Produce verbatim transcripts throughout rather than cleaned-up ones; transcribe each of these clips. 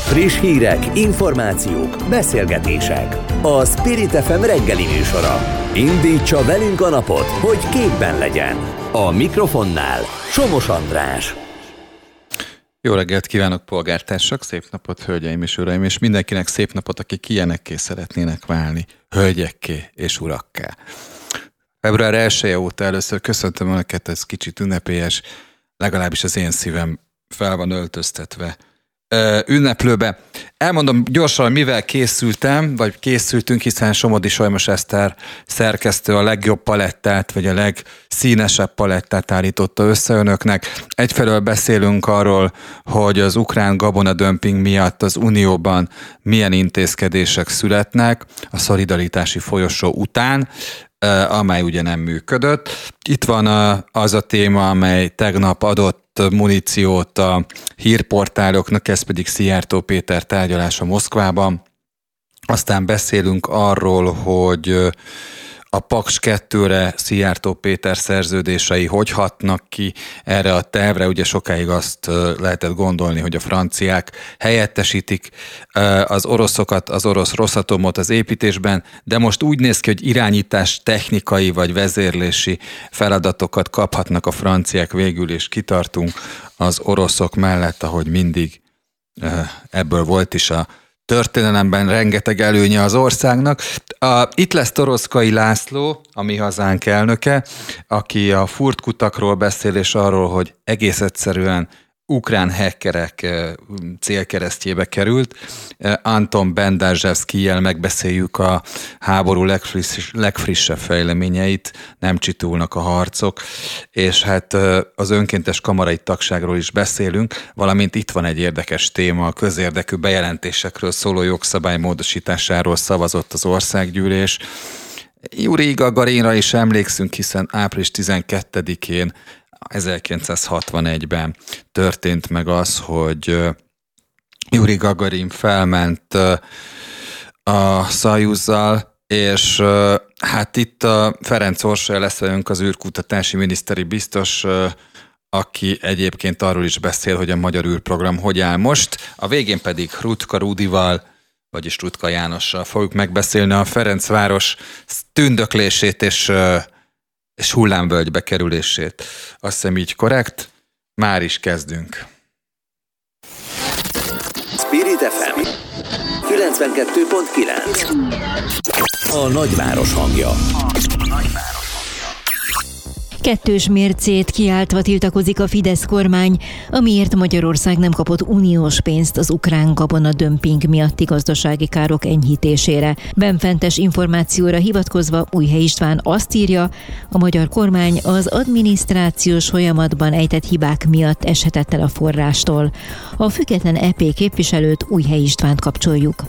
Friss hírek, információk, beszélgetések. A Spirit ef em reggeli műsora. Indítsa velünk a napot, hogy képben legyen. A mikrofonnál Somos András. Jó reggelt kívánok, polgártársak, szép napot, hölgyeim és uraim, és mindenkinek szép napot, akik ilyenekké szeretnének válni, hölgyekké és urakká. február elseje óta először köszöntöm önöket, ez kicsit ünnepélyes, legalábbis az én szívem fel van öltöztetve ö, ünneplőbe. Elmondom gyorsan, mivel készültem, vagy készültünk, hiszen Somodi Solymos Eszter szerkesztő a legjobb palettát, vagy a legszínesebb palettát állította össze önöknek. Egyfelől beszélünk arról, hogy az ukrán gabonadömping miatt az Unióban milyen intézkedések születnek a szolidaritási folyosó után, amely ugye nem működött. Itt van az a téma, amely tegnap adott muníciót a hírportáloknak, ez pedig Szijjártó Péter tárgyalása Moszkvában. Aztán beszélünk arról, hogy a Paks kettőre Szijjártó Péter szerződései hogy hatnak ki erre a tervre. Ugye sokáig azt lehetett gondolni, hogy a franciák helyettesítik az oroszokat, az orosz Rosatomot az építésben, de most úgy néz ki, hogy irányítás, technikai vagy vezérlési feladatokat kaphatnak a franciák végül, és kitartunk az oroszok mellett, ahogy mindig ebből volt is a történelemben rengeteg előnye az országnak. A, itt lesz Toroczkai László, a Mi Hazánk elnöke, aki a furtkutakról beszél, és arról, hogy egész egyszerűen ukrán hackerek célkeresztjébe került. Anton Bendazsevszkijjel megbeszéljük a háború legfriss, legfrissebb fejleményeit, nem csitulnak a harcok, és hát az önkéntes kamarai tagságról is beszélünk, valamint itt van egy érdekes téma, a közérdekű bejelentésekről szóló jogszabály módosításáról szavazott az országgyűlés. Jurij Gagarinra is emlékszünk, hiszen április tizenkettedikén ezerkilencszázhatvanegyben történt meg az, hogy Jurij Gagarin felment a Szajuzzal, és hát itt a Ferenc Orsolya lesz velünk, az űrkutatási miniszteri biztos, aki egyébként arról is beszél, hogy a magyar űrprogram hogy áll most. A végén pedig Rutka Rudival, vagyis Rutka Jánossal fogjuk megbeszélni a Ferencváros tündöklését és és hullámvölgybe kerülését. Azt hiszem így korrekt. Már is kezdünk. Spirit ef em kilencvenkettő pont kilenc. A nagyváros hangja. Kettős mércét kiáltva tiltakozik a Fidesz kormány, amiért Magyarország nem kapott uniós pénzt az ukrán gabonadömping miatti gazdasági károk enyhítésére. Benfentes információra hivatkozva Újhely István azt írja, a magyar kormány az adminisztrációs folyamatban ejtett hibák miatt eshetett el a forrástól. A független é pé képviselőt, Újhely Istvánt kapcsoljuk.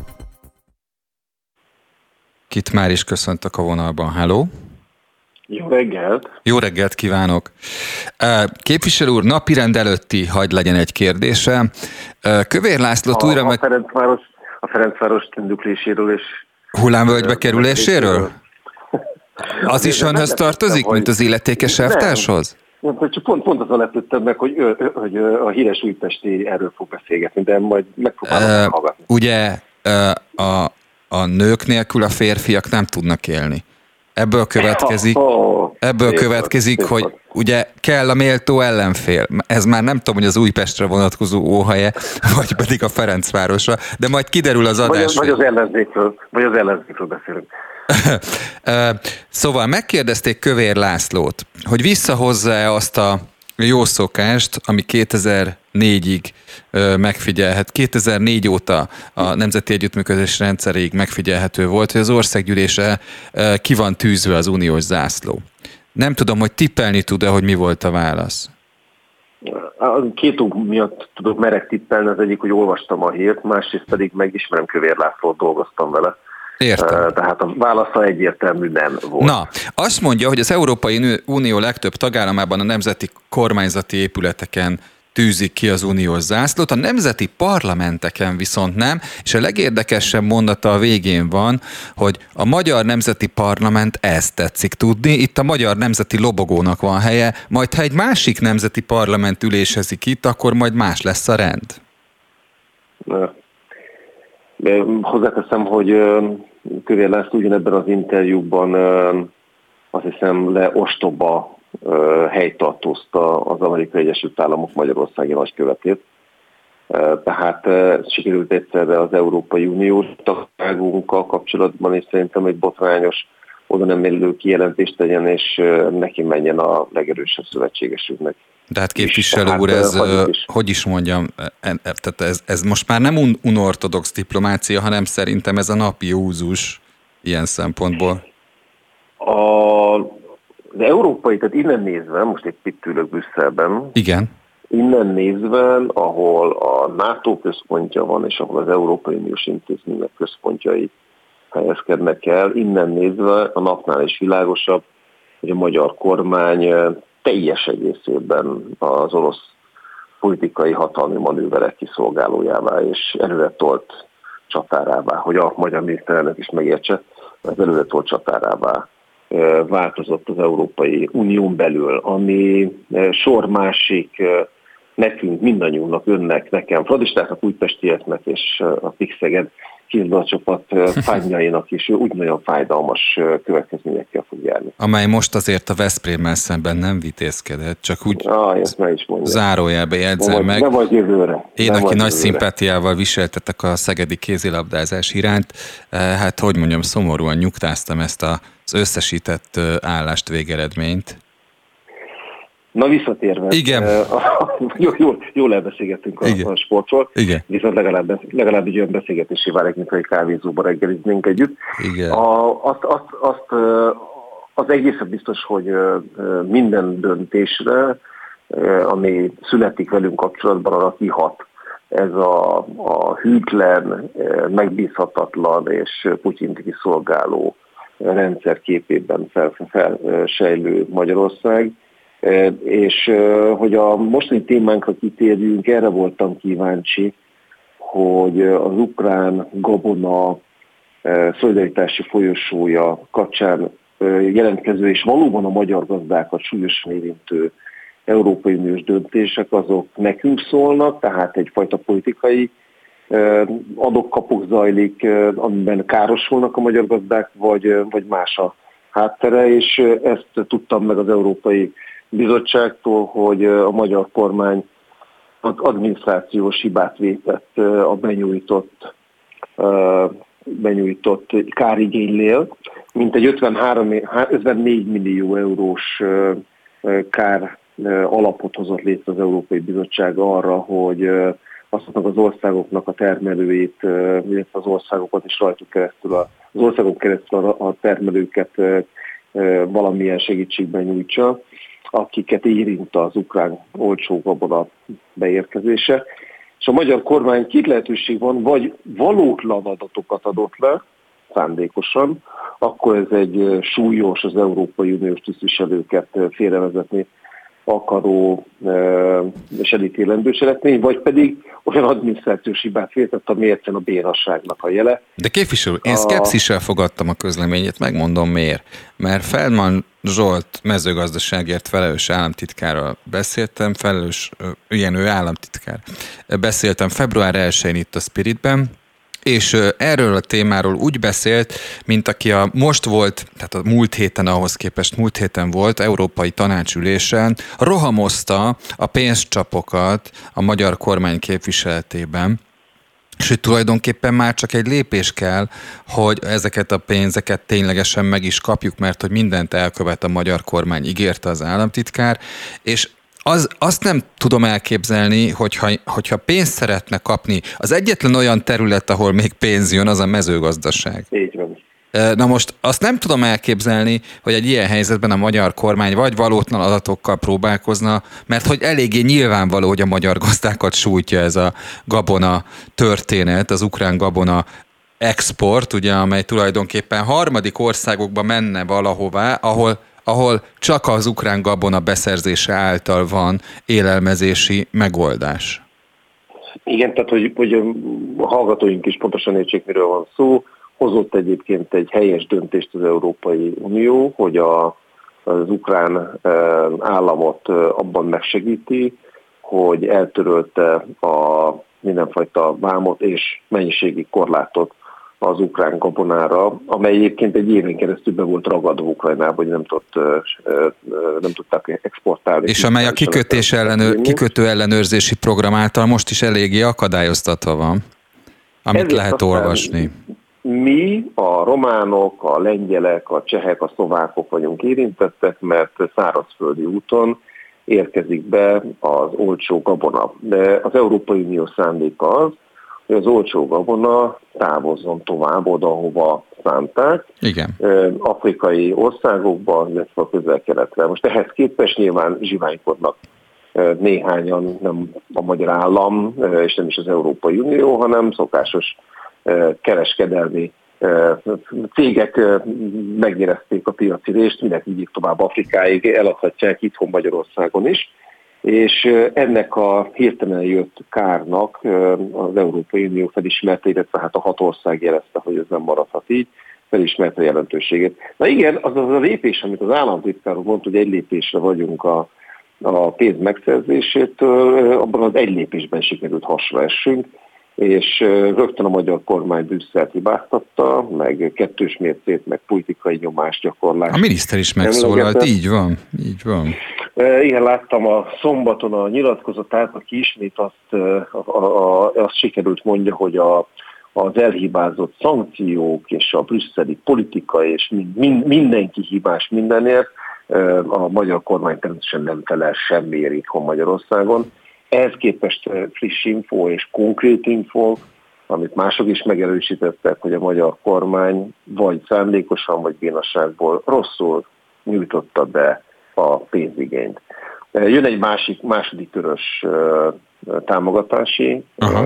Kit már is köszöntök a vonalban. Hello! Jó reggelt! Jó reggelt kívánok! Képviselő úr, napirend előtti hagy legyen egy kérdése. Kövér Lászlót a, újra a meg... Ferencváros, a Ferencváros tündökléséről és... Hullámvölgybe kerüléséről? Az is önhöz tartozik, mint az illetékes elvtárshoz? Nem, csak pont, pont azon lepődtem meg, hogy, ő, hogy a híres újpesti erről fog beszélgetni, de majd megpróbálom uh, hallgatni. Ugye uh, a, a nők nélkül a férfiak nem tudnak élni. Ebből következik, oh, ebből szép következik szép hogy szép ugye kell a méltó ellenfél. Ez már nem tudom, hogy az Újpestre vonatkozó óhaja, vagy pedig a Ferencvárosra, de majd kiderül az adás. Vagy, vagy az ellenzékről, vagy az ellenzékről beszélünk. Szóval megkérdezték Kövér Lászlót, hogy visszahozza-e azt a jó szokást, ami kétezer-négyig megfigyelhet. kétezer-négy óta a Nemzeti Együttműködés rendszeréig megfigyelhető volt, hogy az országgyűlésre ki van tűzve az uniós zászló. Nem tudom, hogy tippelni tud-e, hogy mi volt a válasz. Két ok miatt tudok merek tippelni, az egyik, hogy olvastam a hírt, másrészt pedig megismerem Kövér Lászlót, dolgoztam vele. Értem. Tehát a válasza egyértelmű nem volt. Na, azt mondja, hogy az Európai Unió legtöbb tagállamában a nemzeti kormányzati épületeken tűzik ki az uniós zászlót, a nemzeti parlamenteken viszont nem, és a legérdekesebb mondata a végén van, hogy a Magyar Nemzeti Parlament ezt tetszik tudni, itt a Magyar Nemzeti Lobogónak van helye, majd ha egy másik nemzeti parlament ülésezik itt, akkor majd más lesz a rend. Na. Hozzáteszem, hogy Kövér László ugyanebben az interjúban azt hiszem leostoba helytartózta az Amerikai Egyesült Államok magyarországi nagykövetét. Tehát sikerült egyszerre az Európai Uniós tagságunkkal kapcsolatban, és szerintem egy botrányos, oda nem élő kijelentést tegyen, és neki menjen a legerősebb szövetségesünknek. De hát képviselő úr, ez, is. hogy is mondjam, tehát ez, ez most már nem un- unortodox diplomácia, hanem szerintem ez a napi úzus ilyen szempontból. A, az európai, tehát innen nézve, most egy itt ülök Brüsszelben. Igen. Innen nézve, ahol a NATO központja van, és ahol az Európai Uniós intézmények központjai helyezkednek el, innen nézve a napnál is világosabb, hogy a magyar kormány teljes egészében az orosz politikai hatalmi manőverek kiszolgálójává és előretolt csatárává, hogy a magyar miniszterelnök is megértse, az előretolt csatárává változott az Európai Unión belül, ami sor másik nekünk, mindannyiunknak, önnek, nekem, fradistáknak, újpestieknek és a Pixeged kézből-csapat fányjainak is úgy nagyon fájdalmas következményekkel fog járni. Amely most azért a Veszprémmel szemben nem vitézkedett, csak úgy ah, ezt meg is zárójelbe jegyzem meg. De vagy jövőre. Én, aki nagy szimpátiával viseltetek a szegedi kézilabdázás iránt, hát hogy mondjam, szomorúan nyugtáztam ezt az összesített állást, végeredményt. Na visszatérve, Igen. jól, jól, jól elbeszélgettünk a, a sportról, Igen. viszont legalább, legalább egy olyan beszélgetésé válik, mint hogy kávézóba reggeliznénk együtt. Igen. A, azt, azt, azt, az egészen biztos, hogy minden döntésre, ami születik velünk kapcsolatban, arra kihat ez a, a hűtlen, megbízhatatlan és Putyint kiszolgáló rendszer képében felsejlő Magyarország. És hogy a mostani témánkra kitérjünk, erre voltam kíváncsi, hogy az ukrán gabona szolidaritási folyosója kapcsán jelentkező és valóban a magyar gazdákat súlyosan érintő Európai Uniós döntések azok nekünk szólnak, tehát egyfajta politikai adok-kapok zajlik, amiben károsulnak a magyar gazdák, vagy, vagy más a háttere, és ezt tudtam meg az Európai Bizottságtól, hogy a magyar kormány adminisztrációs hibát vétett a benyújtott, benyújtott kárigénynél, mint egy ötvennégy millió eurós kár alapot hozott létre az Európai Bizottság arra, hogy azoknak az országoknak a termelőit, illetve az országokat is rajtuk keresztül, az országok keresztül a termelőket valamilyen segítségben nyújtsa, akiket érint az ukrán olcsó gabona beérkezése. És a magyar kormány két lehetőség van, vagy valótlan adatokat adott le, szándékosan, akkor ez egy súlyos, az Európai Uniós tisztviselőket félrevezetni akaró és elítélendő cselekmény, vagy pedig olyan adminisztrációs hibát vétett, ami egyszerűen a bénasságnak a jele. De képviselő, én szkepszissel fogadtam a közleményét, megmondom miért. Mert Feldman Zsolt mezőgazdaságért felelős államtitkárral beszéltem, felelős, ilyen ő államtitkár. Beszéltem február elsején itt a Spiritben, és erről a témáról úgy beszélt, mint aki a most volt, tehát a múlt héten ahhoz képest múlt héten volt európai tanácsülésen, rohamozta a pénzcsapokat a magyar kormány képviseletében, és hogy tulajdonképpen már csak egy lépés kell, hogy ezeket a pénzeket ténylegesen meg is kapjuk, mert hogy mindent elkövet a magyar kormány, ígérte az államtitkár, és Az, azt nem tudom elképzelni, hogyha, hogyha pénzt szeretne kapni. Az egyetlen olyan terület, ahol még pénz jön, az a mezőgazdaság. Így van. Na most azt nem tudom elképzelni, hogy egy ilyen helyzetben a magyar kormány vagy valótlan adatokkal próbálkozna, mert hogy eléggé nyilvánvaló, hogy a magyar gazdákat sújtja ez a gabona történet, az ukrán gabona export, ugye, amely tulajdonképpen harmadik országokba menne valahová, ahol ahol csak az ukrán gabona beszerzése által van élelmezési megoldás. Igen, tehát hogy, hogy a hallgatóink is pontosan értsék, miről van szó. Hozott egyébként egy helyes döntést az Európai Unió, hogy a, az ukrán államot abban megsegíti, hogy eltörölte a mindenfajta vámot és mennyiségi korlátot az ukrán gabonára, amely egyébként egy éven keresztül be volt ragadva Ukrajnába, hogy nem, tudott, nem tudták exportálni. És amely a kikötés ellenőr, kikötő ellenőrzési program által most is eléggé akadályoztatva van, amit ezért lehet olvasni. Mi, a románok, a lengyelek, a csehek, a szlovákok vagyunk érintettek, mert szárazföldi úton érkezik be az olcsó gabona. De az Európai Unió szándéka az, hogy az olcsó gabona távozzon tovább oda, hova szánták. Igen. Afrikai országokba, illetve a Közel-Keletre. Most ehhez képest nyilván zsiványkodnak néhányan, nem a magyar állam, és nem is az Európai Unió, hanem szokásos kereskedelmi cégek megnyerezték a piaci részt, mindenki vigyék tovább Afrikáig, eladhatják itthon Magyarországon is, és ennek a hirtelen jött kárnak az Európai Unió felismerte, illetve hát a hat ország jelezte, hogy ez nem maradhat így, felismerte jelentőségét. Na igen, az az a lépés, amit az államtitkár mondta, hogy egy lépésre vagyunk a, a pénz megszerzésétől, abban az egy lépésben sikerült hasra essünk, és rögtön a magyar kormány Brüsszelt hibáztatta, meg kettős mércét, meg politikai nyomásgyakorlást. A miniszter is megszólalt, így van, így van. Igen, láttam a szombaton a nyilatkozatát, aki ismét azt, a, a, azt sikerült mondja, hogy a, az elhibázott szankciók és a brüsszeli politika és mind, mindenki hibás mindenért, a magyar kormány természetesen nem felel semmiért itthon Magyarországon. Ehhez képest friss info és konkrét info, amit mások is megerősítettek, hogy a magyar kormány vagy szándékosan, vagy bénasságból rosszul nyújtotta be a pénzigényt. Jön egy másik, második körös támogatási Aha.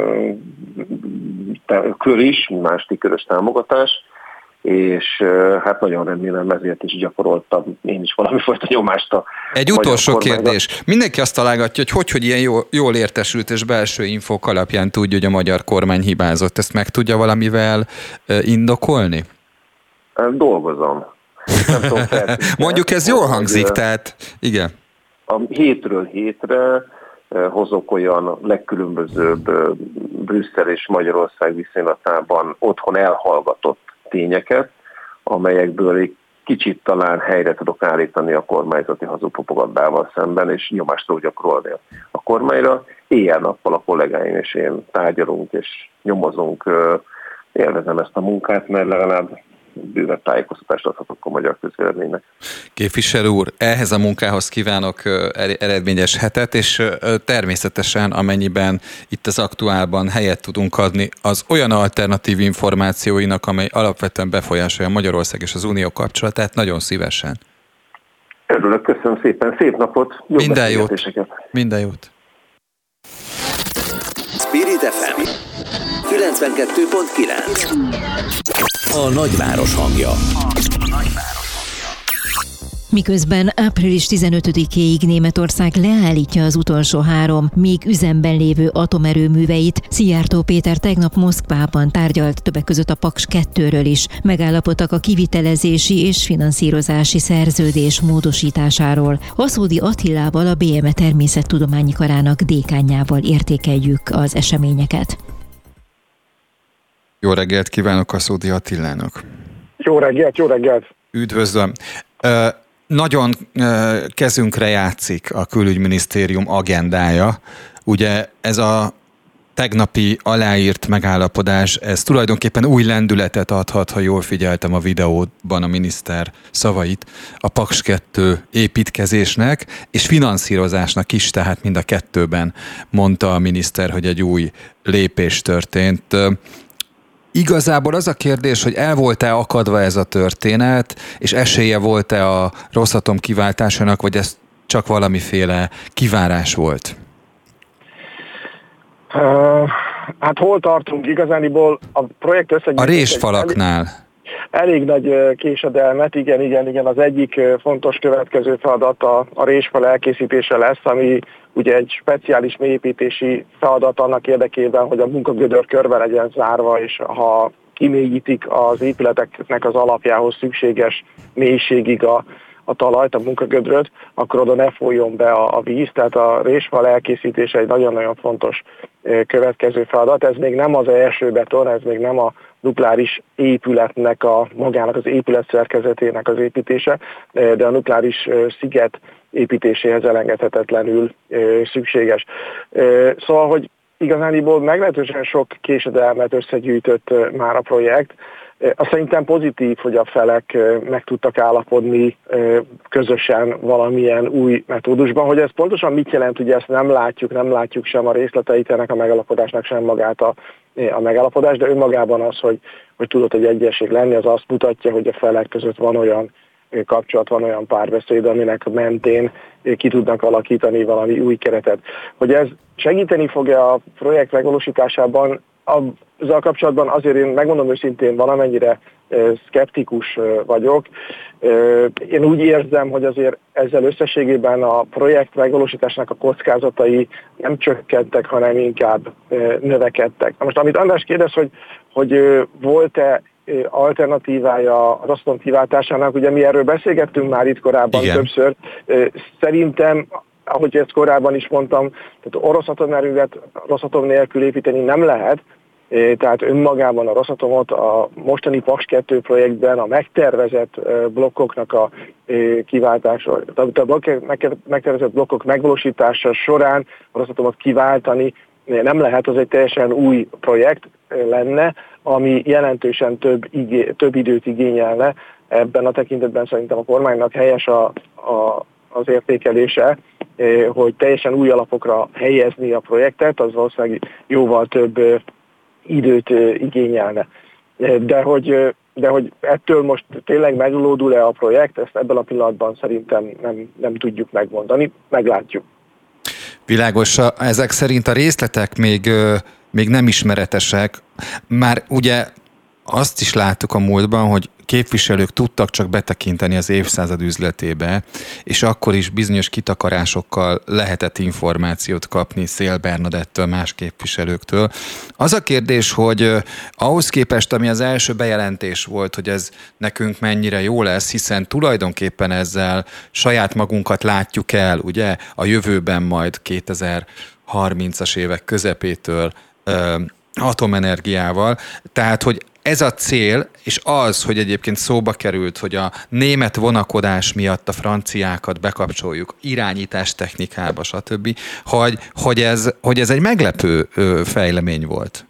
kör is, második körös támogatás, és hát nagyon remélem, ezért is gyakoroltam én is valamifajta nyomást a Egy utolsó kérdés. Mindenki azt találgatja, hogy hogy, hogy ilyen jól, jól értesült és belső infók alapján tudja, hogy a magyar kormány hibázott. Ezt meg tudja valamivel indokolni? Dolgozom. Nem tudom, Mondjuk ez jól hangzik, tehát igen. A hétről hétre hozok olyan legkülönbözőbb Brüsszel és Magyarország viszonylatában otthon elhallgatott tényeket, amelyekből egy kicsit talán helyre tudok állítani a kormányzati hazugpropagandával szemben, és nyomást tudok gyakorolni a kormányra. Éjjel-nappal a kollégáim és én tárgyalunk és nyomozunk, élvezem ezt a munkát, mert legalább bőven tájékoztatást adhatok a magyar közvéleménynek. Képviselő úr, ehhez a munkához kívánok eredményes hetet, és természetesen amennyiben itt az aktuálban helyet tudunk adni az olyan alternatív információinak, amely alapvetően befolyásolja Magyarország és az Unió kapcsolatát, nagyon szívesen. Örülök, köszönöm szépen, szép napot, jó Minden jót. Minden jót. Spirit ef em kilencvenkettő pont kilenc. A nagyváros hangja. Miközben április tizenötödikéig Németország leállítja az utolsó három, még üzemben lévő atomerőműveit, Szijjártó Péter tegnap Moszkvában tárgyalt többek között a Paks kettőről is. Megállapodtak a kivitelezési és finanszírozási szerződés módosításáról. Aszódi Attilával, a bé em e Természettudományi Karának dékánjával értékeljük az eseményeket. Jó reggelt kívánok Aszódi Attilának! Jó reggelt, jó reggelt! Üdvözlöm! Nagyon kezünkre játszik a külügyminisztérium agendája. Ugye ez a tegnapi aláírt megállapodás, ez tulajdonképpen új lendületet adhat, ha jól figyeltem a videóban a miniszter szavait, a Paks kettő építkezésnek és finanszírozásnak is, tehát mind a kettőben mondta a miniszter, hogy egy új lépés történt. Igazából az a kérdés, hogy el volt-e akadva ez a történet, és esélye volt-e a Rosatom kiváltásának, vagy ez csak valamiféle kivárás volt? Uh, hát hol tartunk igazániból a projekt összegyűjtés? A résfalaknál. Elég, elég nagy késedelmet, igen, igen, igen. Az egyik fontos következő feladat a, a résfal elkészítése lesz, ami ugye egy speciális mélyépítési feladat annak érdekében, hogy a munkagödör körbe legyen zárva, és ha kimélyítik az épületeknek az alapjához szükséges mélységig a, a talajt, a munkagödröt, akkor oda ne folyjon be a, a víz, tehát a résfal elkészítése egy nagyon-nagyon fontos következő feladat. Ez még nem az első beton, ez még nem a nukleáris épületnek, a magának az épület szerkezetének az építése, de a nukleáris sziget építéséhez elengedhetetlenül szükséges. Szóval, hogy igazániból meglehetősen sok késedelmet összegyűjtött már a projekt. Azt szerintem pozitív, hogy a felek meg tudtak állapodni közösen valamilyen új metódusban. Hogy ez pontosan mit jelent, ugye ezt nem látjuk, nem látjuk sem a részleteit ennek a megállapodásnak, sem magát a, a megállapodás, de önmagában az, hogy, hogy tudott egy egyesség lenni, az azt mutatja, hogy a felek között van olyan kapcsolat, van olyan párbeszéd, aminek mentén ki tudnak alakítani valami új keretet. Hogy ez segíteni fog-e a projekt megvalósításában, azzal kapcsolatban azért én megmondom őszintén valamennyire szkeptikus vagyok. Én úgy érzem, hogy azért ezzel összességében a projekt megvalósításnak a kockázatai nem csökkentek, hanem inkább növekedtek. Most amit András kérdez, hogy, hogy volt-e alternatívája az Rosatom kiváltásának, ugye mi erről beszélgettünk már itt korábban Igen. többször. Szerintem, ahogy ezt korábban is mondtam, tehát orosz atomerővet Rosatom nélkül építeni nem lehet, tehát önmagában a Rosatomot a mostani Paks kettő projektben a megtervezett blokkoknak a kiváltása, a megtervezett blokkok megvalósítása során a Rosatomot kiváltani nem lehet, az egy teljesen új projekt lenne, ami jelentősen több, igé, több időt igényelne. Ebben a tekintetben szerintem a kormánynak helyes a, a, az értékelése, hogy teljesen új alapokra helyezni a projektet, az valószínűleg jóval több időt igényelne. De hogy, de hogy ettől most tényleg meglódul-e a projekt, ezt ebben a pillanatban szerintem nem, nem tudjuk megmondani, meglátjuk. Világos, ezek szerint a részletek még, még nem ismeretesek. Már ugye azt is láttuk a múltban, hogy képviselők tudtak csak betekinteni az évszázad üzletébe, és akkor is bizonyos kitakarásokkal lehetett információt kapni Széll Bernadettől, más képviselőktől. Az a kérdés, hogy ahhoz képest, ami az első bejelentés volt, hogy ez nekünk mennyire jó lesz, hiszen tulajdonképpen ezzel saját magunkat látjuk el, ugye, a jövőben majd kétezer-harmincas évek közepétől ö, atomenergiával, tehát, hogy ez a cél, és az, hogy egyébként szóba került, hogy a német vonakodás miatt a franciákat bekapcsoljuk irányítás technikába, stb., hogy, hogy, ez, hogy ez egy meglepő fejlemény volt.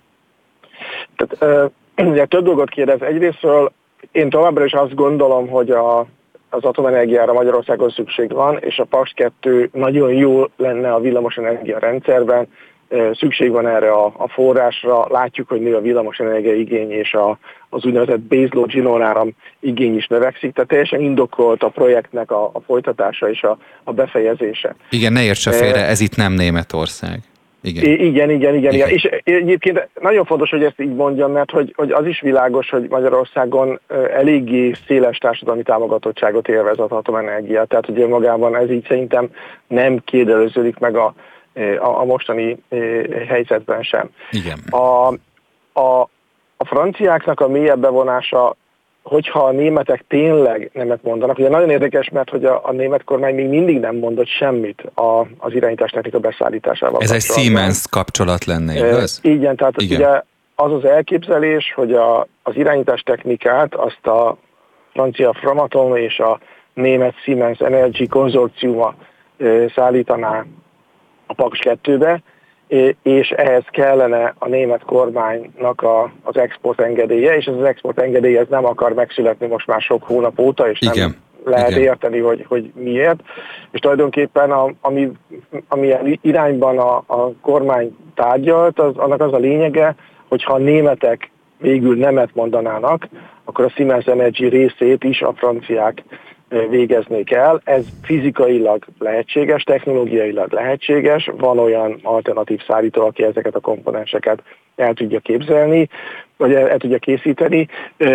Tehát, ugye több dolgot kérdez. Egyrésztről én továbbra is azt gondolom, hogy a, az atomenergiára Magyarországon szükség van, és a Paks kettő nagyon jó lenne a villamosenergia rendszerben. Szükség van erre a, a forrásra, látjuk, hogy nő a villamosenergia igény, és a, az úgynevezett baseload zsinóráram igény is növekszik, tehát teljesen indokolt a projektnek a, a folytatása és a, a befejezése. Igen, ne értse félre, ez itt nem Németország. Igen, igen, igen, igen, igen. igen. És egyébként nagyon fontos, hogy ezt így mondjam, mert hogy, hogy az is világos, hogy Magyarországon eléggé széles társadalmi támogatottságot élvez az atomenergia, tehát ugye magában ez így szerintem nem kérdelőződik meg a A, a mostani helyzetben sem. Igen. A, a, a franciáknak a mélyebb bevonása, hogyha a németek tényleg nemet mondanak, ugye nagyon érdekes, mert hogy a, a német kormány még mindig nem mondott semmit a, az irányítástechnika beszállításával. Ez egy Siemens kapcsolat lenne, igaz? E, igen, tehát Igen. ugye az az elképzelés, hogy a, az irányítástechnikát azt a francia Framatome és a német Siemens Energy konzorciuma e, szállítaná a Paks kettőbe, és ehhez kellene a német kormánynak a, az export engedélye, és ez az export engedély ez nem akar megszületni most már sok hónap óta, és Igen. nem lehet Igen. érteni, hogy, hogy miért. És tulajdonképpen a, ami, amilyen irányban a, a kormány tárgyalt, az, annak az a lényege, hogyha a németek végül nemet mondanának, akkor a Siemens Energy részét is a franciák végeznék el. Ez fizikailag lehetséges, technológiailag lehetséges, van olyan alternatív szállító, aki ezeket a komponenseket el tudja képzelni, vagy el, el tudja készíteni.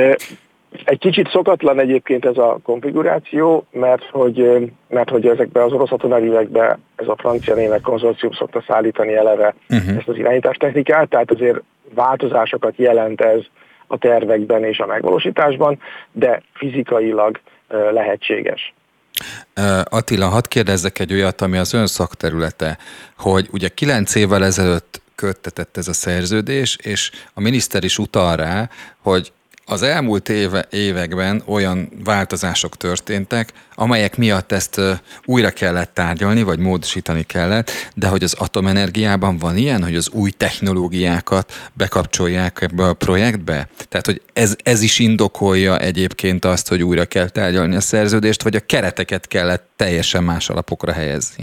Egy kicsit szokatlan egyébként ez a konfiguráció, mert hogy, mert hogy ezekben az orosz atomerőművekben ez a francia-német konzorcium szokta szállítani eleve uh-huh. ezt az irányítástechnikát, tehát azért változásokat jelent ez a tervekben és a megvalósításban, de fizikailag lehetséges. Attila, hadd kérdezzek egy olyat, ami az ön szakterülete, hogy ugye kilenc évvel ezelőtt köttetett ez a szerződés, és a miniszter is utal rá, hogy az elmúlt éve, években olyan változások történtek, amelyek miatt ezt újra kellett tárgyalni, vagy módosítani kellett, de hogy az atomenergiában van ilyen, hogy az új technológiákat bekapcsolják ebbe a projektbe? Tehát, hogy ez, ez is indokolja egyébként azt, hogy újra kell tárgyalni a szerződést, vagy a kereteket kellett teljesen más alapokra helyezni?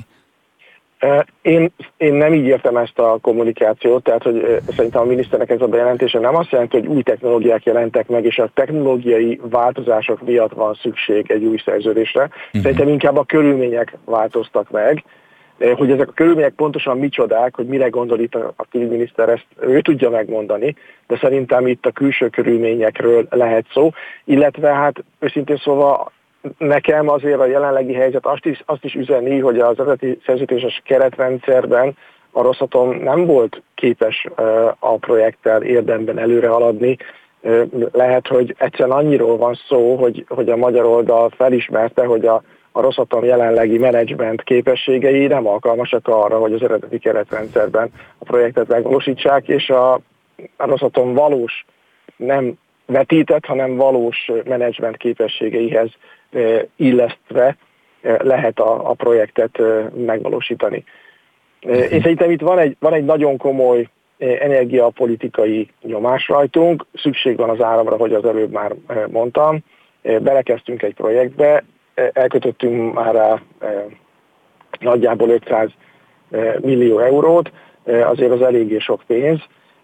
Én, én nem így értem ezt a kommunikációt, tehát hogy szerintem a miniszternek ez a bejelentése nem azt jelenti, hogy új technológiák jelentek meg, és a technológiai változások miatt van szükség egy új szerződésre. Uh-huh. Szerintem inkább a körülmények változtak meg, hogy ezek a körülmények pontosan micsodák, hogy mire gondol itt a, a külügyminiszter, ezt ő tudja megmondani, de szerintem itt a külső körülményekről lehet szó, illetve hát őszintén szóval nekem azért a jelenlegi helyzet azt is, azt is üzeni, hogy az eredeti szerződéses keretrendszerben a Rosatom nem volt képes a projekttel érdemben előre haladni. Lehet, hogy egyszerűen annyiról van szó, hogy, hogy a magyar oldal felismerte, hogy a, a Rosatom jelenlegi menedzsment képességei nem alkalmasak arra, hogy az eredeti keretrendszerben a projektet megvalósítsák, és a, a Rosatom valós, nem vetített, hanem valós menedzsment képességeihez illesztve lehet a, a projektet megvalósítani. Én szerintem itt van egy, van egy nagyon komoly energiapolitikai nyomás rajtunk, szükség van az áramra, hogy az előbb már mondtam, belekezdtünk egy projektbe, elkötöttünk már rá nagyjából ötszáz millió eurót, azért az eléggé sok pénz,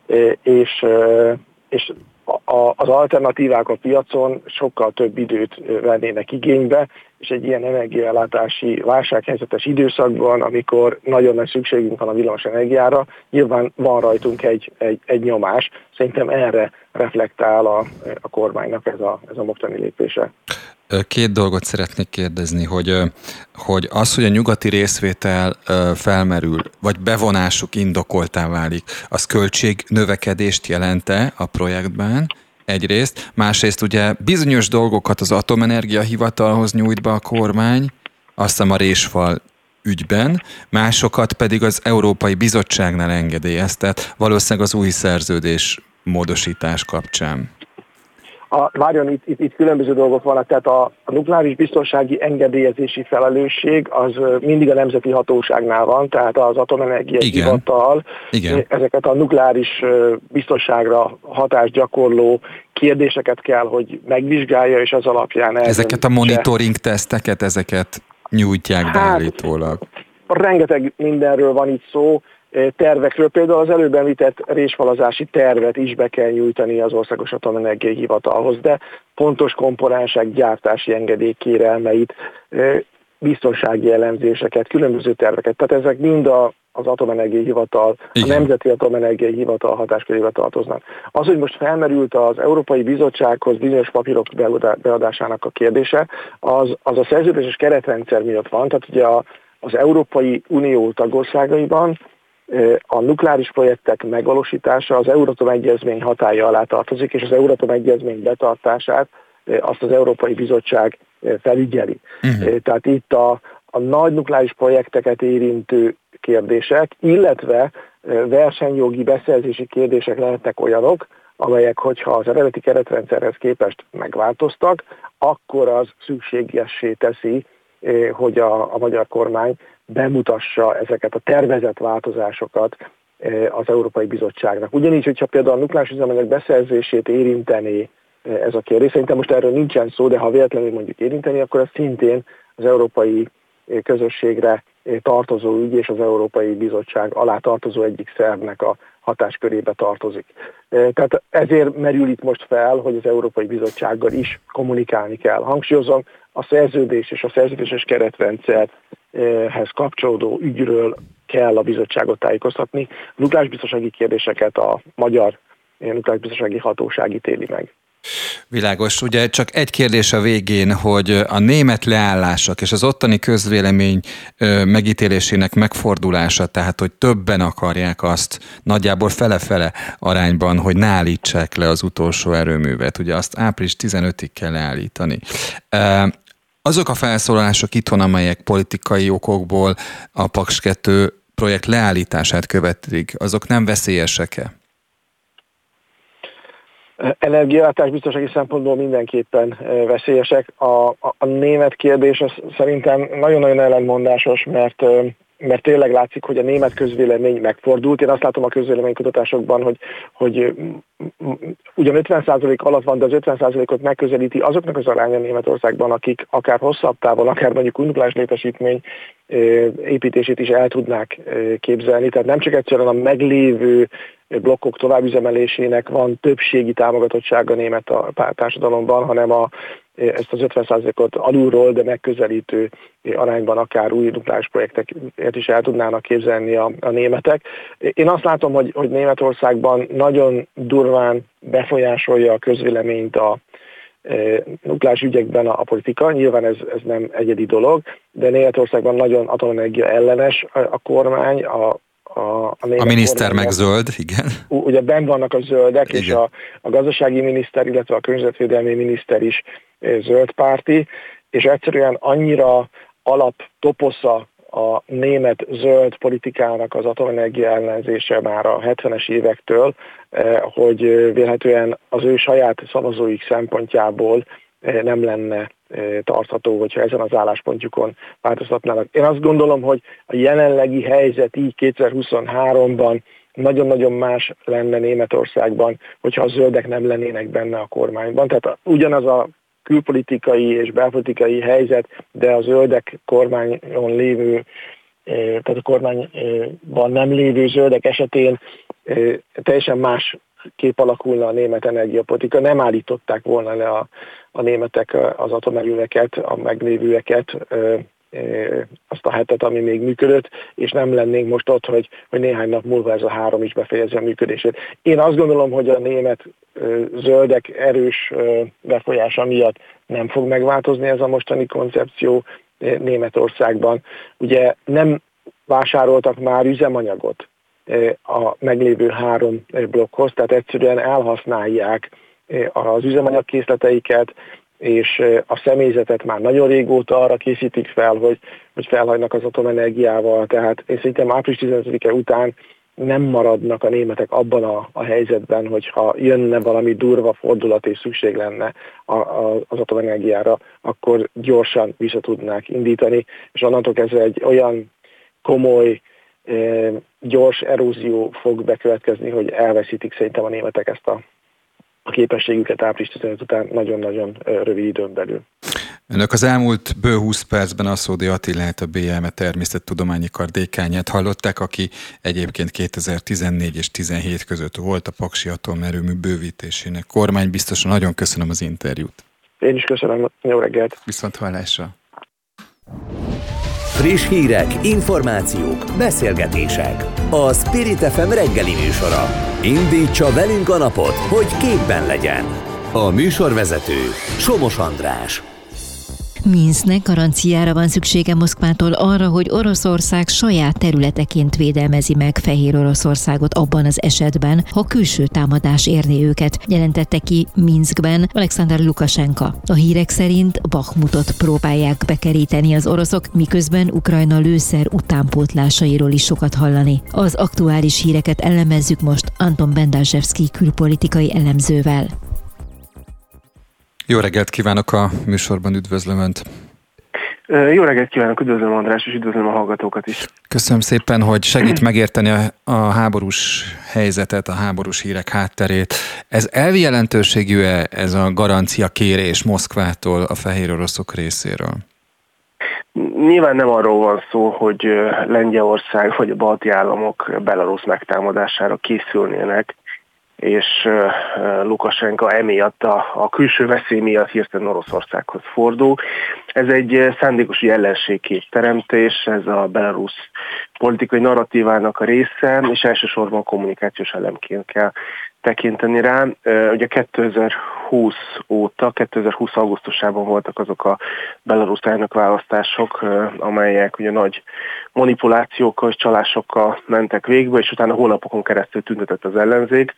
és, és az alternatívák a piacon sokkal több időt vennének igénybe, és egy ilyen energiaellátási válsághelyzetes időszakban, amikor nagyon nagy szükségünk van a villamos energiára, nyilván van rajtunk egy, egy, egy nyomás. Szerintem erre reflektál a, a kormánynak ez a, ez a mostani lépése. Két dolgot szeretnék kérdezni, hogy, hogy az, hogy a nyugati részvétel felmerül, vagy bevonásuk indokoltá válik, az költségnövekedést jelente a projektben egyrészt, másrészt ugye bizonyos dolgokat az Atomenergia Hivatalhoz nyújt be a kormány, azt hiszem a résfal ügyben, másokat pedig az Európai Bizottságnál engedélyez, tehát valószínűleg az új szerződés módosítás kapcsán. A, várjon, itt, itt, itt különböző dolgok vannak, tehát a, a nukleáris biztonsági engedélyezési felelősség az mindig a nemzeti hatóságnál van, tehát az Atomenergia Hivatal ezeket a nukleáris biztonságra hatást gyakorló kérdéseket kell, hogy megvizsgálja, és az alapján... Ezeket a monitoring teszteket, ezeket nyújtják be hát, állítólag. Rengeteg mindenről van itt szó, tervekről, például az előbb említett résfalazási tervet is be kell nyújtani az Országos Atomenergiai Hivatalhoz, de pontos komponensek gyártási engedélykérelmeit, biztonsági elemzéseket, különböző terveket, tehát ezek mind a, az Atomenergiai Hivatal, igen. A Nemzeti Atomenergiai Hivatal hatáskörébe tartoznak. Az, hogy most felmerült az Európai Bizottsághoz bizonyos papírok beadásának a kérdése, az, az a szerződéses keretrendszer miatt van, tehát ugye a, az Európai Unió tagországaiban a nukleáris projektek megvalósítása az Euratom Egyezmény hatálya alá tartozik, és az Euratom Egyezmény betartását azt az Európai Bizottság felügyeli. Uh-huh. Tehát itt a, a nagy nukleáris projekteket érintő kérdések, illetve versenyjogi beszerzési kérdések lehetnek olyanok, amelyek, hogyha az eredeti keretrendszerhez képest megváltoztak, akkor az szükségessé teszi, hogy a, a magyar kormány bemutassa ezeket a tervezett változásokat az Európai Bizottságnak. Ugyanígy, hogyha például a nukleáris üzemanyag beszerzését érinteni ez a kérdés, szerintem most erről nincsen szó, de ha véletlenül mondjuk érinteni, akkor ez szintén az Európai Közösségre tartozó ügy és az Európai Bizottság alá tartozó egyik szervnek a hatáskörébe tartozik. Tehát ezért merül itt most fel, hogy az Európai Bizottsággal is kommunikálni kell. Hangsúlyozom, a szerződés és a szerződéses keretrendszerhez kapcsolódó ügyről kell a bizottságot tájékoztatni. A nukleárisbiztonsági kérdéseket a magyar nukleárisbiztonsági hatóság ítéli meg. Világos. Ugye csak egy kérdés a végén, hogy a német leállások és az ottani közvélemény megítélésének megfordulása, tehát hogy többen akarják azt nagyjából fele-fele arányban, hogy ne állítsák le az utolsó erőművet. Ugye azt április tizenötödikéig kell leállítani. Azok a felszólalások itthon, amelyek politikai okokból a Paks kettő projekt leállítását követik, azok nem veszélyesek-e? Energiaellátás biztonsági szempontból mindenképpen veszélyesek. A, a, a német kérdés az szerintem nagyon-nagyon ellentmondásos, mert mert tényleg látszik, hogy a német közvélemény megfordult. Én azt látom a közvéleménykutatásokban, hogy, hogy ugyan ötven százalék alatt van, de az ötven százalékot megközelíti azoknak az aránya Németországban, akik akár hosszabb távon, akár mondjuk nukleáris létesítmény építését is el tudnák képzelni. Tehát nem csak egyszerűen a meglévő blokkok továbbüzemelésének van többségi támogatottsága a német társadalomban, hanem a, ezt az ötven százalékot alulról, de megközelítő arányban akár új nukleáris projekteket is el tudnának képzelni a, a németek. Én azt látom, hogy, hogy Németországban nagyon durván befolyásolja a közvéleményt a nukleáris ügyekben a, a politika. Nyilván ez, ez nem egyedi dolog, de Németországban nagyon atomenergia ellenes a, a kormány, a A, a, a miniszter meg zöld, igen. Ugye benn vannak a zöldek, igen. És a, a gazdasági miniszter, illetve a környezetvédelmi miniszter is zöldpárti, és egyszerűen annyira alaptoposza a német zöld politikának az atomenergia ellenzése már a hetvenes évektől, hogy vélhetően az ő saját szavazóik szempontjából nem lenne tartható, hogyha ezen az álláspontjukon változtatnának. Én azt gondolom, hogy a jelenlegi helyzet így kétezer-huszonháromban nagyon-nagyon más lenne Németországban, hogyha a zöldek nem lennének benne a kormányban. Tehát ugyanaz a külpolitikai és belpolitikai helyzet, de a zöldek kormányon lévő, tehát a kormányban nem lévő zöldek esetén teljesen más kép alakulna a német energiapolitika. Nem állították volna le a, a németek az atomerőmeket, a meglévőeket, azt a hetet, ami még működött, és nem lennénk most ott, hogy, hogy néhány nap múlva ez a három is befejezi a működését. Én azt gondolom, hogy a német zöldek erős befolyása miatt nem fog megváltozni ez a mostani koncepció Németországban. Ugye nem vásároltak már üzemanyagot a meglévő három blokkhoz, tehát egyszerűen elhasználják az üzemanyagkészleteiket, és a személyzetet már nagyon régóta arra készítik fel, hogy, hogy felhagynak az atomenergiával, tehát én szerintem április tizenötödike után nem maradnak a németek abban a, a helyzetben, hogyha jönne valami durva fordulat és szükség lenne a, a, az atomenergiára, akkor gyorsan vissza tudnák indítani, és onnantól kezdve egy olyan komoly, gyors erózió fog bekövetkezni, hogy elveszítik szerintem a németek ezt a, a képességüket április tizenötödike után nagyon-nagyon rövid időn belül. Önök az elmúlt bő húsz percben Aszódi Attilát, a bé em e természettudományi kar dékánját hallották, aki egyébként kétezer-tizennégy és tizenhét között volt a paksi atomerőmű bővítésének kormánybiztosa. Nagyon köszönöm az interjút. Én is köszönöm, jó reggelt. Viszont hallásra. Friss hírek, információk, beszélgetések. A Spirit ef em reggeli műsora. Indítsa velünk a napot, hogy képben legyen. A műsorvezető Somos András. Minsznek garanciára van szüksége Moszkvától arra, hogy Oroszország saját területeként védelmezi meg Fehér Oroszországot abban az esetben, ha külső támadás érné őket, jelentette ki Minszkben Alexander Lukasenka. A hírek szerint Bakhmutot próbálják bekeríteni az oroszok, miközben Ukrajna lőszer utánpótlásairól is sokat hallani. Az aktuális híreket elemezzük most Anton Bendazsevszky külpolitikai elemzővel. Jó reggelt kívánok a műsorban, üdvözlöm Önt! Jó reggelt kívánok, üdvözlöm András, és üdvözlöm a hallgatókat is! Köszönöm szépen, hogy segít megérteni a, a háborús helyzetet, a háborús hírek hátterét. Ez elvi jelentőségű-e ez a garancia kérés Moszkvától a fehér oroszok részéről? Nyilván nem arról van szó, hogy Lengyelország vagy a balti államok Belarusz megtámadására készülnének, és Lukasenka emiatt a, a külső veszély miatt hirtelen Oroszországhoz fordul. Ez egy szándékos ellenségkép teremtés, ez a belarusz politikai narratívának a része, és elsősorban kommunikációs elemként kell tekinteni rá. Ugye kétezer-húsz óta, kétezer-húsz augusztusában voltak azok a belarusz elnökválasztások, amelyek ugye nagy manipulációkkal és csalásokkal mentek végbe, és utána hónapokon keresztül tüntetett az ellenzék.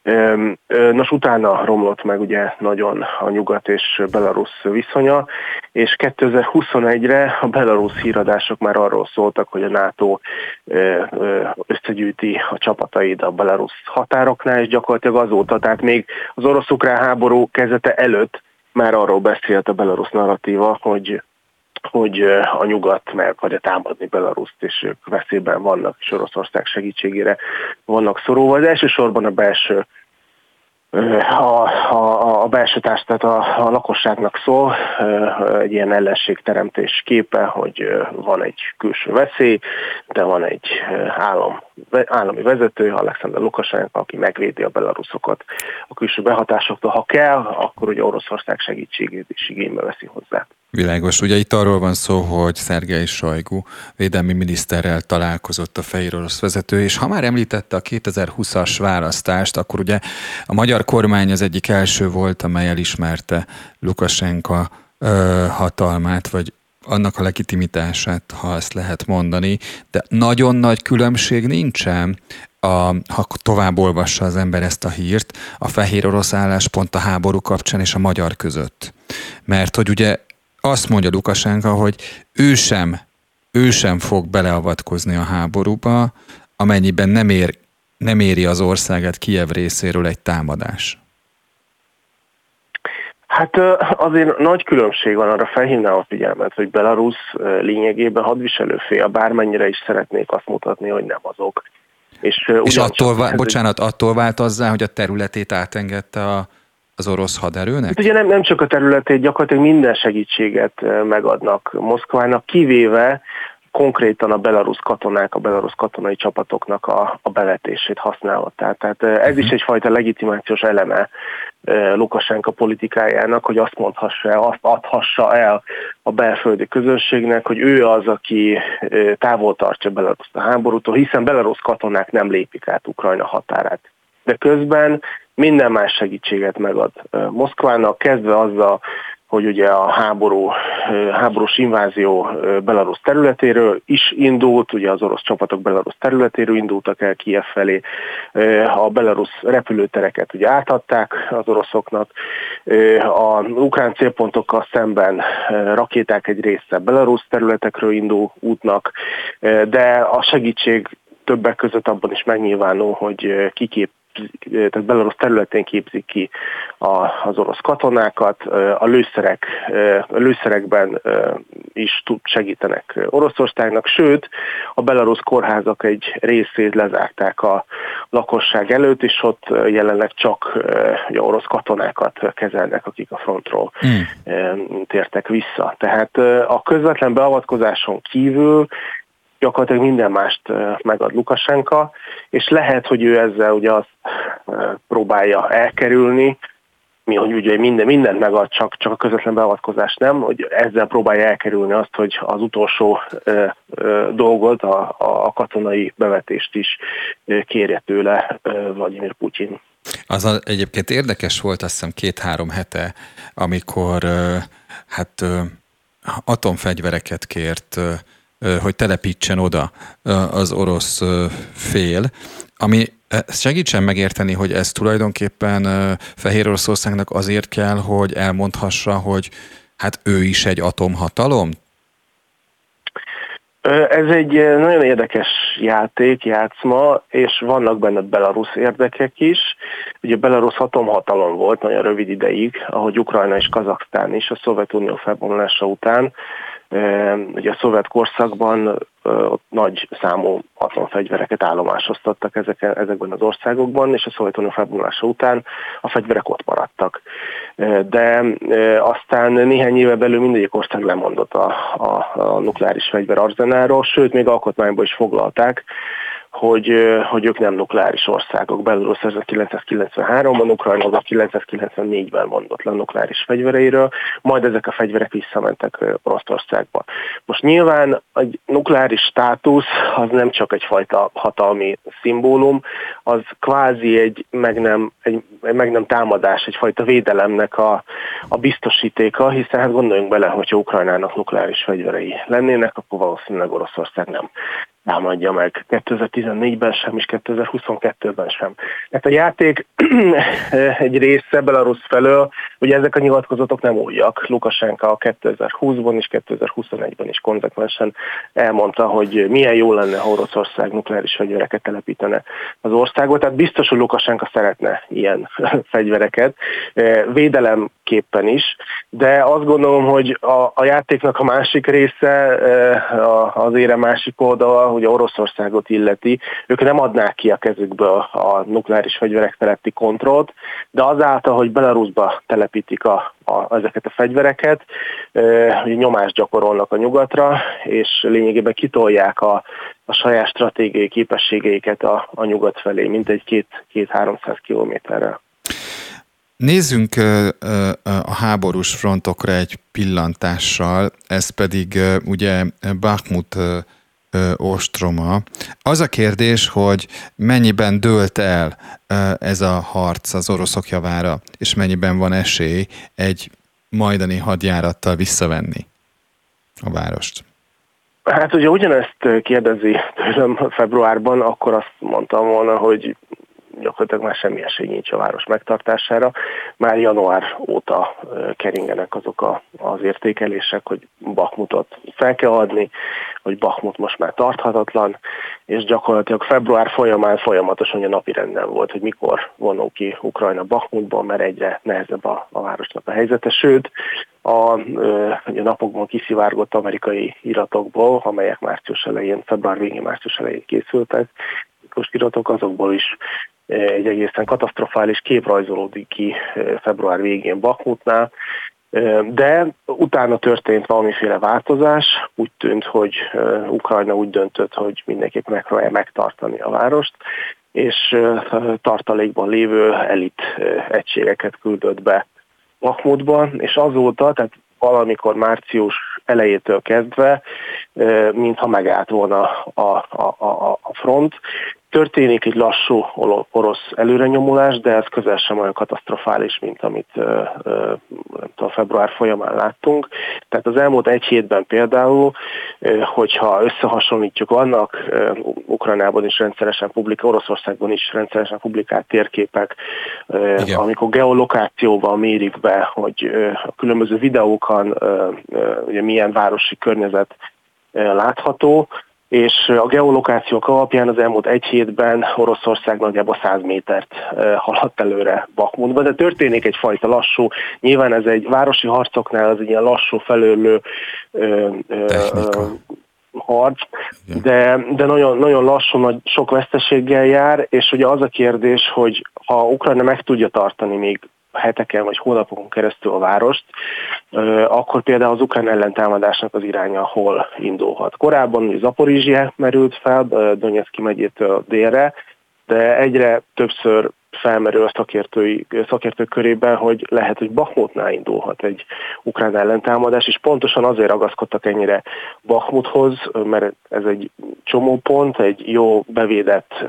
Nos, utána romlott meg ugye nagyon a nyugat és Belarusz viszonya, és kétezer-huszonegyre a belarusz híradások már arról szóltak, hogy a NATO összegyűjti a csapatait a belarusz határoknál, és gyakorlatilag azóta, tehát még az orosz-ukrán háború kezdete előtt már arról beszélt a belarusz narratíva, hogy hogy a nyugat meg akarja támadni Belaruszt, és ők veszélyben vannak, és Oroszország segítségére vannak szorulva. Az elsősorban a belső a, a, a belső társ, tehát a, a lakosságnak szól, egy ilyen ellenségteremtés képe, hogy van egy külső veszély, de van egy állam, állami vezető, Alexander Lukasenko, aki megvédi a belaruszokat a külső behatásoktól. Ha kell, akkor ugye Oroszország segítségét is igénybe veszi hozzá. Világos. Ugye itt arról van szó, hogy Szergej Sajgu védelmi miniszterrel találkozott a fehér orosz vezető, és ha már említette a kétezer-húszas választást, akkor ugye a magyar kormány az egyik első volt, amely elismerte Lukasenko ö, hatalmát, vagy annak a legitimitását, ha ezt lehet mondani, de nagyon nagy különbség nincsen, a, ha tovább olvassa az ember ezt a hírt, a fehér orosz álláspont a háború kapcsán és a magyar között. Mert hogy ugye azt mondja Lukasenko, hogy ő sem, ő sem fog beleavatkozni a háborúba, amennyiben nem, ér, nem éri az országát Kijev részéről egy támadás. Hát azért nagy különbség van, arra felhívnám a figyelmet, hogy Belarus lényegében hadviselőfél, bármennyire is szeretnék azt mutatni, hogy nem azok. És, és attól, vá- bocsánat, attól vált azzá, hogy a területét átengedte a az orosz haderőnek? Hát ugye nem, nem csak a területét, gyakorlatilag minden segítséget megadnak Moszkvának, kivéve konkrétan a belarusz katonák, a belarusz katonai csapatoknak a, a bevetését használva. Tehát ez uh-huh. is egyfajta legitimációs eleme Lukasenko politikájának, hogy azt mondhassa el, azt adhassa el a belföldi közönségnek, hogy ő az, aki távol tartja Belaruszt a háborútól, hiszen belarusz katonák nem lépik át Ukrajna határát. De közben minden más segítséget megad Moszkvának, kezdve azzal, hogy ugye a háború, háborús invázió Belarusz területéről is indult, ugye az orosz csapatok Belarusz területéről indultak el Kijev felé, a belarusz repülőtereket ugye átadták az oroszoknak, a ukrán célpontokkal szemben rakéták egy része Belarusz területekről indul útnak, de a segítség többek között abban is megnyilvánul, hogy kikép tehát Belarus területén képzik ki a, az orosz katonákat, a lőszerek, a lőszerekben is segítenek Oroszországnak, sőt, a belarusz kórházak egy részét lezárták a lakosság előtt, és ott jelenleg csak orosz katonákat kezelnek, akik a frontról mm. tértek vissza. Tehát a közvetlen beavatkozáson kívül gyakorlatilag minden mást megad Lukasenko, és lehet, hogy ő ezzel ugye azt próbálja elkerülni, mi, hogy ugye minden, mindent megad, csak, csak a közvetlen beavatkozás nem, hogy ezzel próbálja elkerülni azt, hogy az utolsó ö, ö, dolgot, a, a katonai bevetést is kérje tőle ö, Vladimir Putyin. Az a, egyébként érdekes volt, azt hiszem két-három hete, amikor ö, hát ö, atomfegyvereket kért, ö, hogy telepítsen oda az orosz fél, ami segítsen megérteni, hogy ez tulajdonképpen Fehér Oroszországnak azért kell, hogy elmondhassa, hogy hát ő is egy atomhatalom? Ez egy nagyon érdekes játék, játszma, és vannak benne belarusz érdekek is. Ugye Belarus atomhatalom volt nagyon rövid ideig, ahogy Ukrajna és Kazaksztán is a Szovjetunió felbomlása után. Ugye a szovjet korszakban ott nagy számú atomfegyvereket állomásoztattak ezeken, ezekben az országokban, és a Szovjetunió felbomlása után a fegyverek ott maradtak. De aztán néhány éve belül mindegyik ország lemondott a, a, a nukleáris fegyverarzenáról, sőt, még alkotmányban is foglalták, hogy, hogy ők nem nukleáris országok. Belarus ezerkilencszázkilencvenháromban, Ukrajna ezerkilencszázkilencvennégyben mondott le a nukleáris fegyvereiről, majd ezek a fegyverek visszamentek Oroszországba. Most nyilván egy nukleáris státusz az nem csak egyfajta hatalmi szimbólum, az kvázi egy meg nem, egy, egy meg nem támadás, egyfajta védelemnek a, a biztosítéka, hiszen hát gondoljunk bele, hogyha Ukrajnának nukleáris fegyverei lennének, akkor valószínűleg Oroszország nem támadja meg. kétezer-tizennégyben sem, és kétezer-huszonkettőben sem. Tehát a játék egy része Belarusz felől, ugye ezek a nyilatkozatok nem újak. Lukasenka kétezer-húszban és kétezer-huszonegyben is konzekvensen elmondta, hogy milyen jó lenne, ha Oroszország nukleáris fegyvereket telepítene az országot. Tehát biztos, hogy Lukasenka szeretne ilyen fegyvereket, védelemképpen is, de azt gondolom, hogy a, a játéknak a másik része, az ére másik oldala, hogy Oroszországot illeti, ők nem adnák ki a kezükből a nukleáris fegyverek feletti kontrollt, de azáltal, hogy Belarusba telepítik a, a, ezeket a fegyvereket, hogy nyomást gyakorolnak a nyugatra, és lényegében kitolják a, a saját stratégiai képességeiket a, a nyugat felé, mint egy két-háromszáz kilométerrel. Nézzünk a háborús frontokra egy pillantással, ez pedig ugye Bakhmut ostroma. Az a kérdés, hogy mennyiben dőlt el ez a harc az oroszok javára, és mennyiben van esély egy majdani hadjárattal visszavenni a várost. Hát ugye ugyanezt kérdezi tőlem februárban, akkor azt mondtam volna, hogy gyakorlatilag már semmi esély nincs a város megtartására. Már január óta keringenek azok a, az értékelések, hogy Bakhmutot fel kell adni, hogy Bakhmut most már tarthatatlan, és gyakorlatilag február folyamán folyamatosan a napirenden volt, hogy mikor vonul ki Ukrajna Bakhmutból, mert egyre nehezebb a, a városnak a helyzete. Sőt, a, a napokban kiszivárgott amerikai iratokból, amelyek március elején, február végén, március elején készültek, iratok, azokból is egy egészen katasztrofális kép rajzolódik ki február végén Bakhmutnál, de utána történt valamiféle változás, úgy tűnt, hogy Ukrajna úgy döntött, hogy mindenképp megpróbálja megtartani a várost, és tartalékban lévő elit egységeket küldött be Bakhmutba, és azóta, tehát valamikor március elejétől kezdve, mintha megállt volna a, a, a, a front. Történik egy lassú orosz előrenyomulás, de ez közel sem olyan katasztrofális, mint amit nem tudom, február folyamán láttunk. Tehát az elmúlt egy hétben például, hogyha összehasonlítjuk, vannak Ukrajnában is rendszeresen publikált, Oroszországban is rendszeresen publikált térképek, igen, amikor geolokációval mérik be, hogy a különböző videókon ugye milyen városi környezet látható, és a geolokációk alapján az elmúlt egy hétben Oroszország nagyjából száz métert haladt előre Bakhmutba, de történik egyfajta lassú, nyilván ez egy városi harcoknál az egy ilyen lassú felőlő ö, ö, harc, de, de nagyon, nagyon lassú, nagy, sok veszteséggel jár, és ugye az a kérdés, hogy ha Ukrajna meg tudja tartani még heteken vagy hónapokon keresztül a várost, akkor például az ukrán ellentámadásnak az iránya hol indulhat. Korábban Zaporizsje merült fel, Donetszki megyétől délre, de egyre többször felmerül a szakértői, szakértők körében, hogy lehet, hogy Bakhmutnál indulhat egy ukrán ellentámadás, és pontosan azért ragaszkodtak ennyire Bakhmuthoz, mert ez egy csomópont, egy jó bevédett,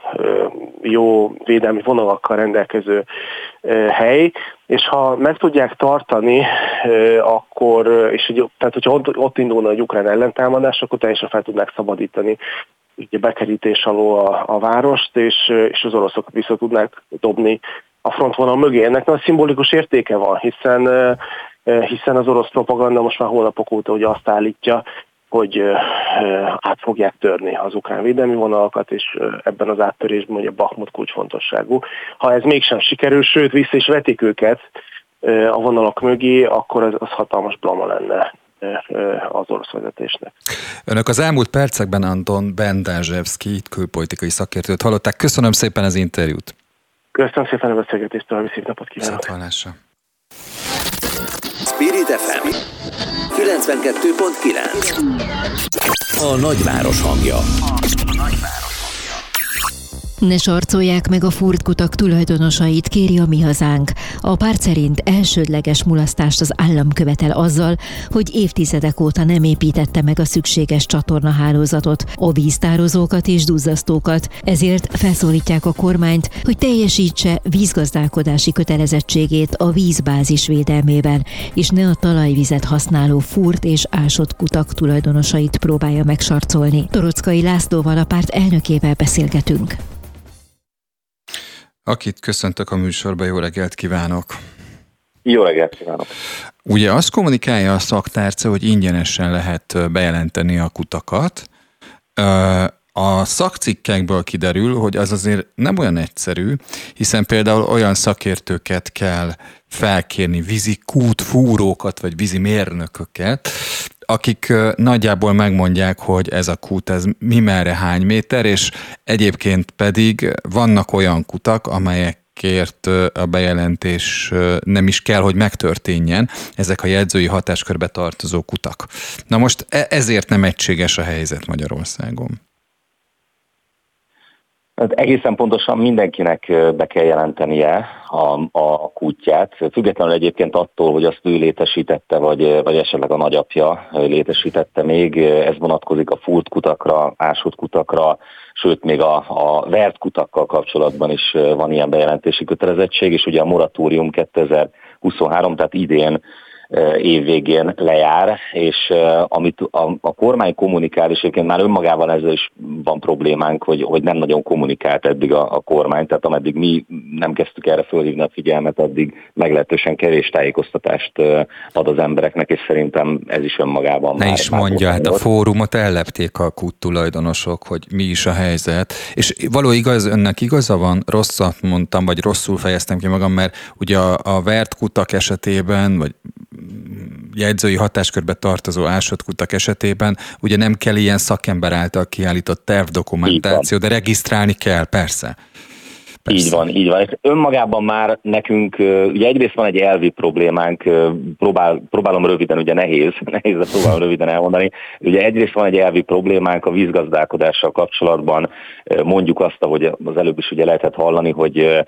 jó védelmi vonalakkal rendelkező hely, és ha meg tudják tartani, akkor, és egy, tehát hogyha ott, ott indulna egy ukrán ellentámadás, akkor teljesen fel tudnák szabadítani ugye bekerítés alól a, a várost, és, és az oroszokat vissza tudnák dobni a frontvonal mögé. Ennek nagy szimbolikus értéke van, hiszen, hiszen az orosz propaganda most már hónapok óta ugye azt állítja, hogy át fogják törni az ukrán védelmi vonalakat, és ebben az áttörésben ugye Bakhmut kulcsfontosságú. Ha ez mégsem sikerül, sőt vissza is vetik őket a vonalak mögé, akkor az, az hatalmas blama lenne az orosz vezetésnek. Önök az elmúlt percekben Anton Bendázsevszky külpolitikai szakértőt hallották. Köszönöm szépen az interjút. Köszönöm szépen a beszélgetést, további szép napot kívánok. Viszonthallásra. Spirit ef em kilencvenkettő pont kilenc. A nagyváros hangja. Ne sarcolják meg a furtkutak tulajdonosait, kéri a Mi Hazánk. A párt szerint elsődleges mulasztást az állam követel azzal, hogy évtizedek óta nem építette meg a szükséges csatornahálózatot, a víztározókat és duzzasztókat, ezért felszólítják a kormányt, hogy teljesítse vízgazdálkodási kötelezettségét a vízbázis védelmében, és ne a talajvizet használó furt és ásott kutak tulajdonosait próbálja megsarcolni. Torockai Lászlóval, a párt elnökével beszélgetünk. Akit köszöntök a műsorba, jó reggelt kívánok! Jó reggelt kívánok! Ugye azt kommunikálja a szaktárca, hogy ingyenesen lehet bejelenteni a kutakat. A szakcikkekből kiderül, hogy az azért nem olyan egyszerű, hiszen például olyan szakértőket kell felkérni, vízi kútfúrókat vagy vízi mérnököket, akik nagyjából megmondják, hogy ez a kút, ez mi merre hány méter, és egyébként pedig vannak olyan kutak, amelyekért a bejelentés nem is kell, hogy megtörténjen, ezek a jegyzői hatáskörbe tartozó kutak. Na most ezért nem egységes a helyzet Magyarországon. Hát egészen pontosan mindenkinek be kell jelentenie a, a kútját, függetlenül egyébként attól, hogy azt ő létesítette, vagy, vagy esetleg a nagyapja létesítette még. Ez vonatkozik a fúrt kutakra, ásott kutakra, sőt még a, a vert kutakkal kapcsolatban is van ilyen bejelentési kötelezettség, és ugye a moratórium kétezer-huszonhárom, tehát idén évvégén lejár, és uh, amit a, a kormány kommunikál, és egyébként már önmagában ezzel is van problémánk, hogy, hogy nem nagyon kommunikált eddig a, a kormány, tehát ameddig mi nem kezdtük erre fölhívni a figyelmet, addig meglehetősen kevés tájékoztatást uh, ad az embereknek, és szerintem ez is önmagában ne már... is mondja, hát a fórumot ellepték a kút tulajdonosok, hogy mi is a helyzet, és való igaz, önnek igaza van, rosszat mondtam, vagy rosszul fejeztem ki magam, mert ugye a, a vert kutak esetében, vagy jegyzői hatáskörbe tartozó ásott kutak esetében ugye nem kell ilyen szakember által kiállított tervdokumentáció, de regisztrálni kell, persze. Persze. Így van, így van. És önmagában már nekünk, ugye egyrészt van egy elvi problémánk, próbál, próbálom röviden, ugye nehéz, nehéz, de próbálom röviden elmondani. Ugye egyrészt van egy elvi problémánk a vízgazdálkodással kapcsolatban, mondjuk azt, ahogy az előbb is ugye lehetett hallani, hogy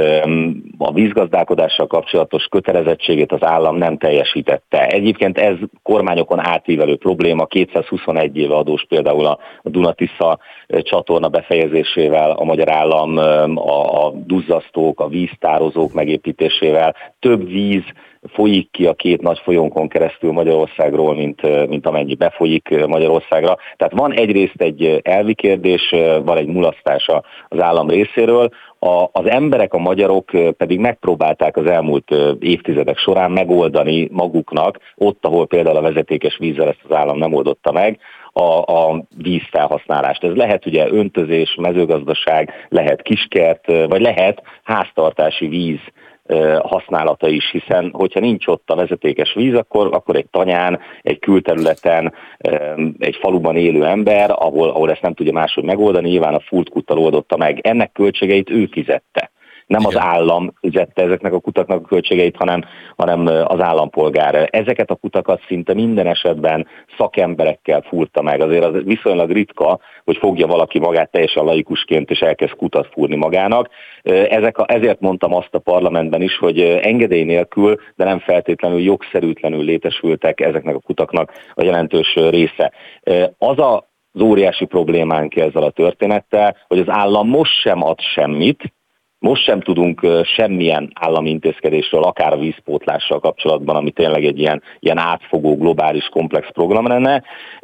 a vízgazdálkodással kapcsolatos kötelezettségét az állam nem teljesítette. Egyébként ez kormányokon átívelő probléma, kétszázhuszonegy éve adós például a Duna-Tisza csatorna befejezésével a magyar állam, a a duzzasztók, a víztározók megépítésével. Több víz folyik ki a két nagy folyónkon keresztül Magyarországról, mint, mint amennyi befolyik Magyarországra. Tehát van egyrészt egy elvi kérdés, van egy mulasztás az állam részéről, a, az emberek, a magyarok pedig megpróbálták az elmúlt évtizedek során megoldani maguknak, ott, ahol például a vezetékes vízzel ezt az állam nem oldotta meg, a, a vízfelhasználást. Ez lehet ugye öntözés, mezőgazdaság, lehet kiskert, vagy lehet háztartási víz használata is, hiszen hogyha nincs ott a vezetékes víz, akkor, akkor egy tanyán, egy külterületen, egy faluban élő ember, ahol, ahol ezt nem tudja máshogy megoldani, nyilván a furtkuttal oldotta meg. Ennek költségeit ő fizette. Nem igen. Az állam fizette ezeknek a kutaknak a költségeit, hanem, hanem az állampolgár. Ezeket a kutakat szinte minden esetben szakemberekkel fúrta meg. Azért az viszonylag ritka, hogy fogja valaki magát teljesen laikusként, és elkezd kutat fúrni magának. Ezek a, ezért mondtam azt a parlamentben is, hogy engedély nélkül, de nem feltétlenül jogszerűtlenül létesültek ezeknek a kutaknak a jelentős része. Az a az óriási problémánk ezzel a történettel, hogy az állam most sem ad semmit. Most sem tudunk semmilyen állami intézkedésről, akár a vízpótlással kapcsolatban, ami tényleg egy ilyen, ilyen átfogó, globális, komplex program lenne,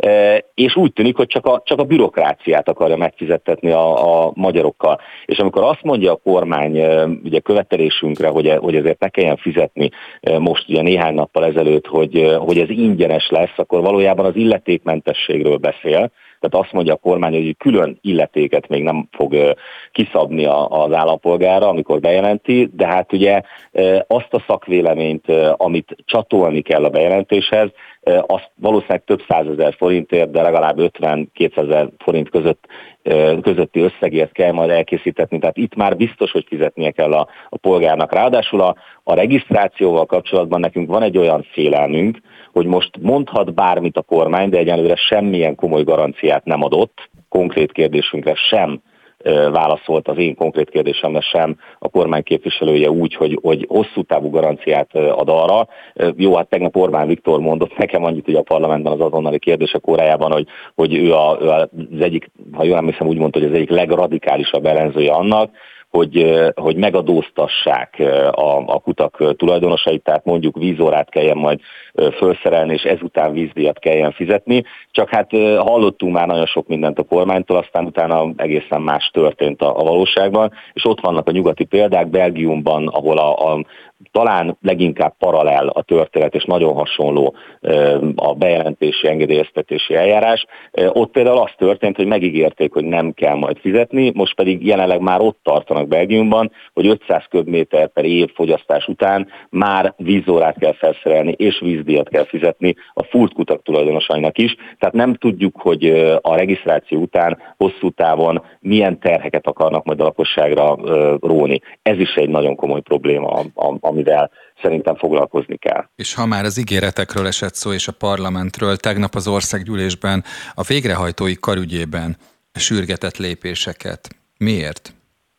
és úgy tűnik, hogy csak a, csak a bürokráciát akarja megfizettetni a, a magyarokkal. És amikor azt mondja a kormány ugye követelésünkre, hogy, hogy ezért ne kelljen fizetni most ugye néhány nappal ezelőtt, hogy, hogy ez ingyenes lesz, akkor valójában az illetékmentességről beszél. Tehát azt mondja a kormány, hogy külön illetéket még nem fog kiszabni az állampolgára, amikor bejelenti, de hát ugye azt a szakvéleményt, amit csatolni kell a bejelentéshez, azt valószínűleg több százezer forintért, de legalább ötven-kétszázezer forint között, közötti összegért kell majd elkészítetni. Tehát itt már biztos, hogy fizetnie kell a, a polgárnak. Ráadásul a, a regisztrációval kapcsolatban nekünk van egy olyan félelmünk, hogy most mondhat bármit a kormány, de egyelőre semmilyen komoly garanciát nem adott, konkrét kérdésünkre sem válaszolt az én konkrét kérdésemre sem a kormány képviselője úgy, hogy, hogy hosszú távú garanciát ad arra. Jó, hát tegnap Orbán Viktor mondott nekem annyit, hogy a parlamentben az azonnali kérdések órájában, hogy, hogy ő, a, ő az egyik, ha jól emlékszem, úgy mondta, hogy az egyik legradikálisabb ellenzője annak, hogy, hogy megadóztassák a, a kutak tulajdonosait, tehát mondjuk vízórát kelljen majd felszerelni, és ezután vízdíjat kelljen fizetni. Csak hát hallottunk már nagyon sok mindent a kormánytól, aztán utána egészen más történt a, a valóságban, és ott vannak a nyugati példák, Belgiumban, ahol a, a talán leginkább paralel a történet, és nagyon hasonló a bejelentési, engedélyeztetési eljárás. Ott például az történt, hogy megígérték, hogy nem kell majd fizetni, most pedig jelenleg már ott tartanak Belgiumban, hogy ötszáz köbméter per év fogyasztás után már vízórát kell felszerelni, és vízdíjat kell fizetni a furt kutak tulajdonosainak is. Tehát nem tudjuk, hogy a regisztráció után hosszú távon milyen terheket akarnak majd a lakosságra róni. Ez is egy nagyon komoly probléma, amivel szerintem foglalkozni kell. És ha már az ígéretekről esett szó és a parlamentről, tegnap az országgyűlésben a végrehajtói karügyében sürgetett lépéseket. Miért?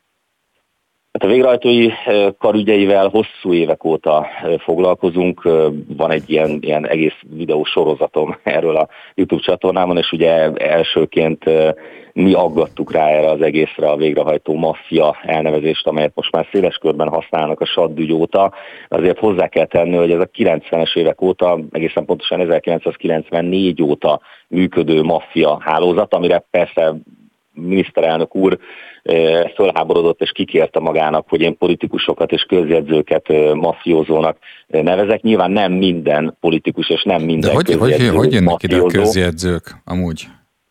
Hát a végrehajtói karügyeivel hosszú évek óta foglalkozunk, van egy ilyen, ilyen egész videós sorozatom erről a YouTube csatornámon, és ugye elsőként mi aggattuk rá erre az egészre a végrehajtó maffia elnevezést, amelyet most már széles körben használnak a saddügy óta. Azért hozzá kell tenni, hogy ez a kilencvenes évek óta, egészen pontosan ezerkilencszázkilencvennégy óta működő maffia hálózat, amire persze miniszterelnök úr fölháborodott és kikérte magának, hogy én politikusokat és közjegyzőket maffiózónak nevezek. Nyilván nem minden politikus és nem minden De hogy, közjegyző hogy, hogy jönnek ide a maffiózó. közjegyzők amúgy?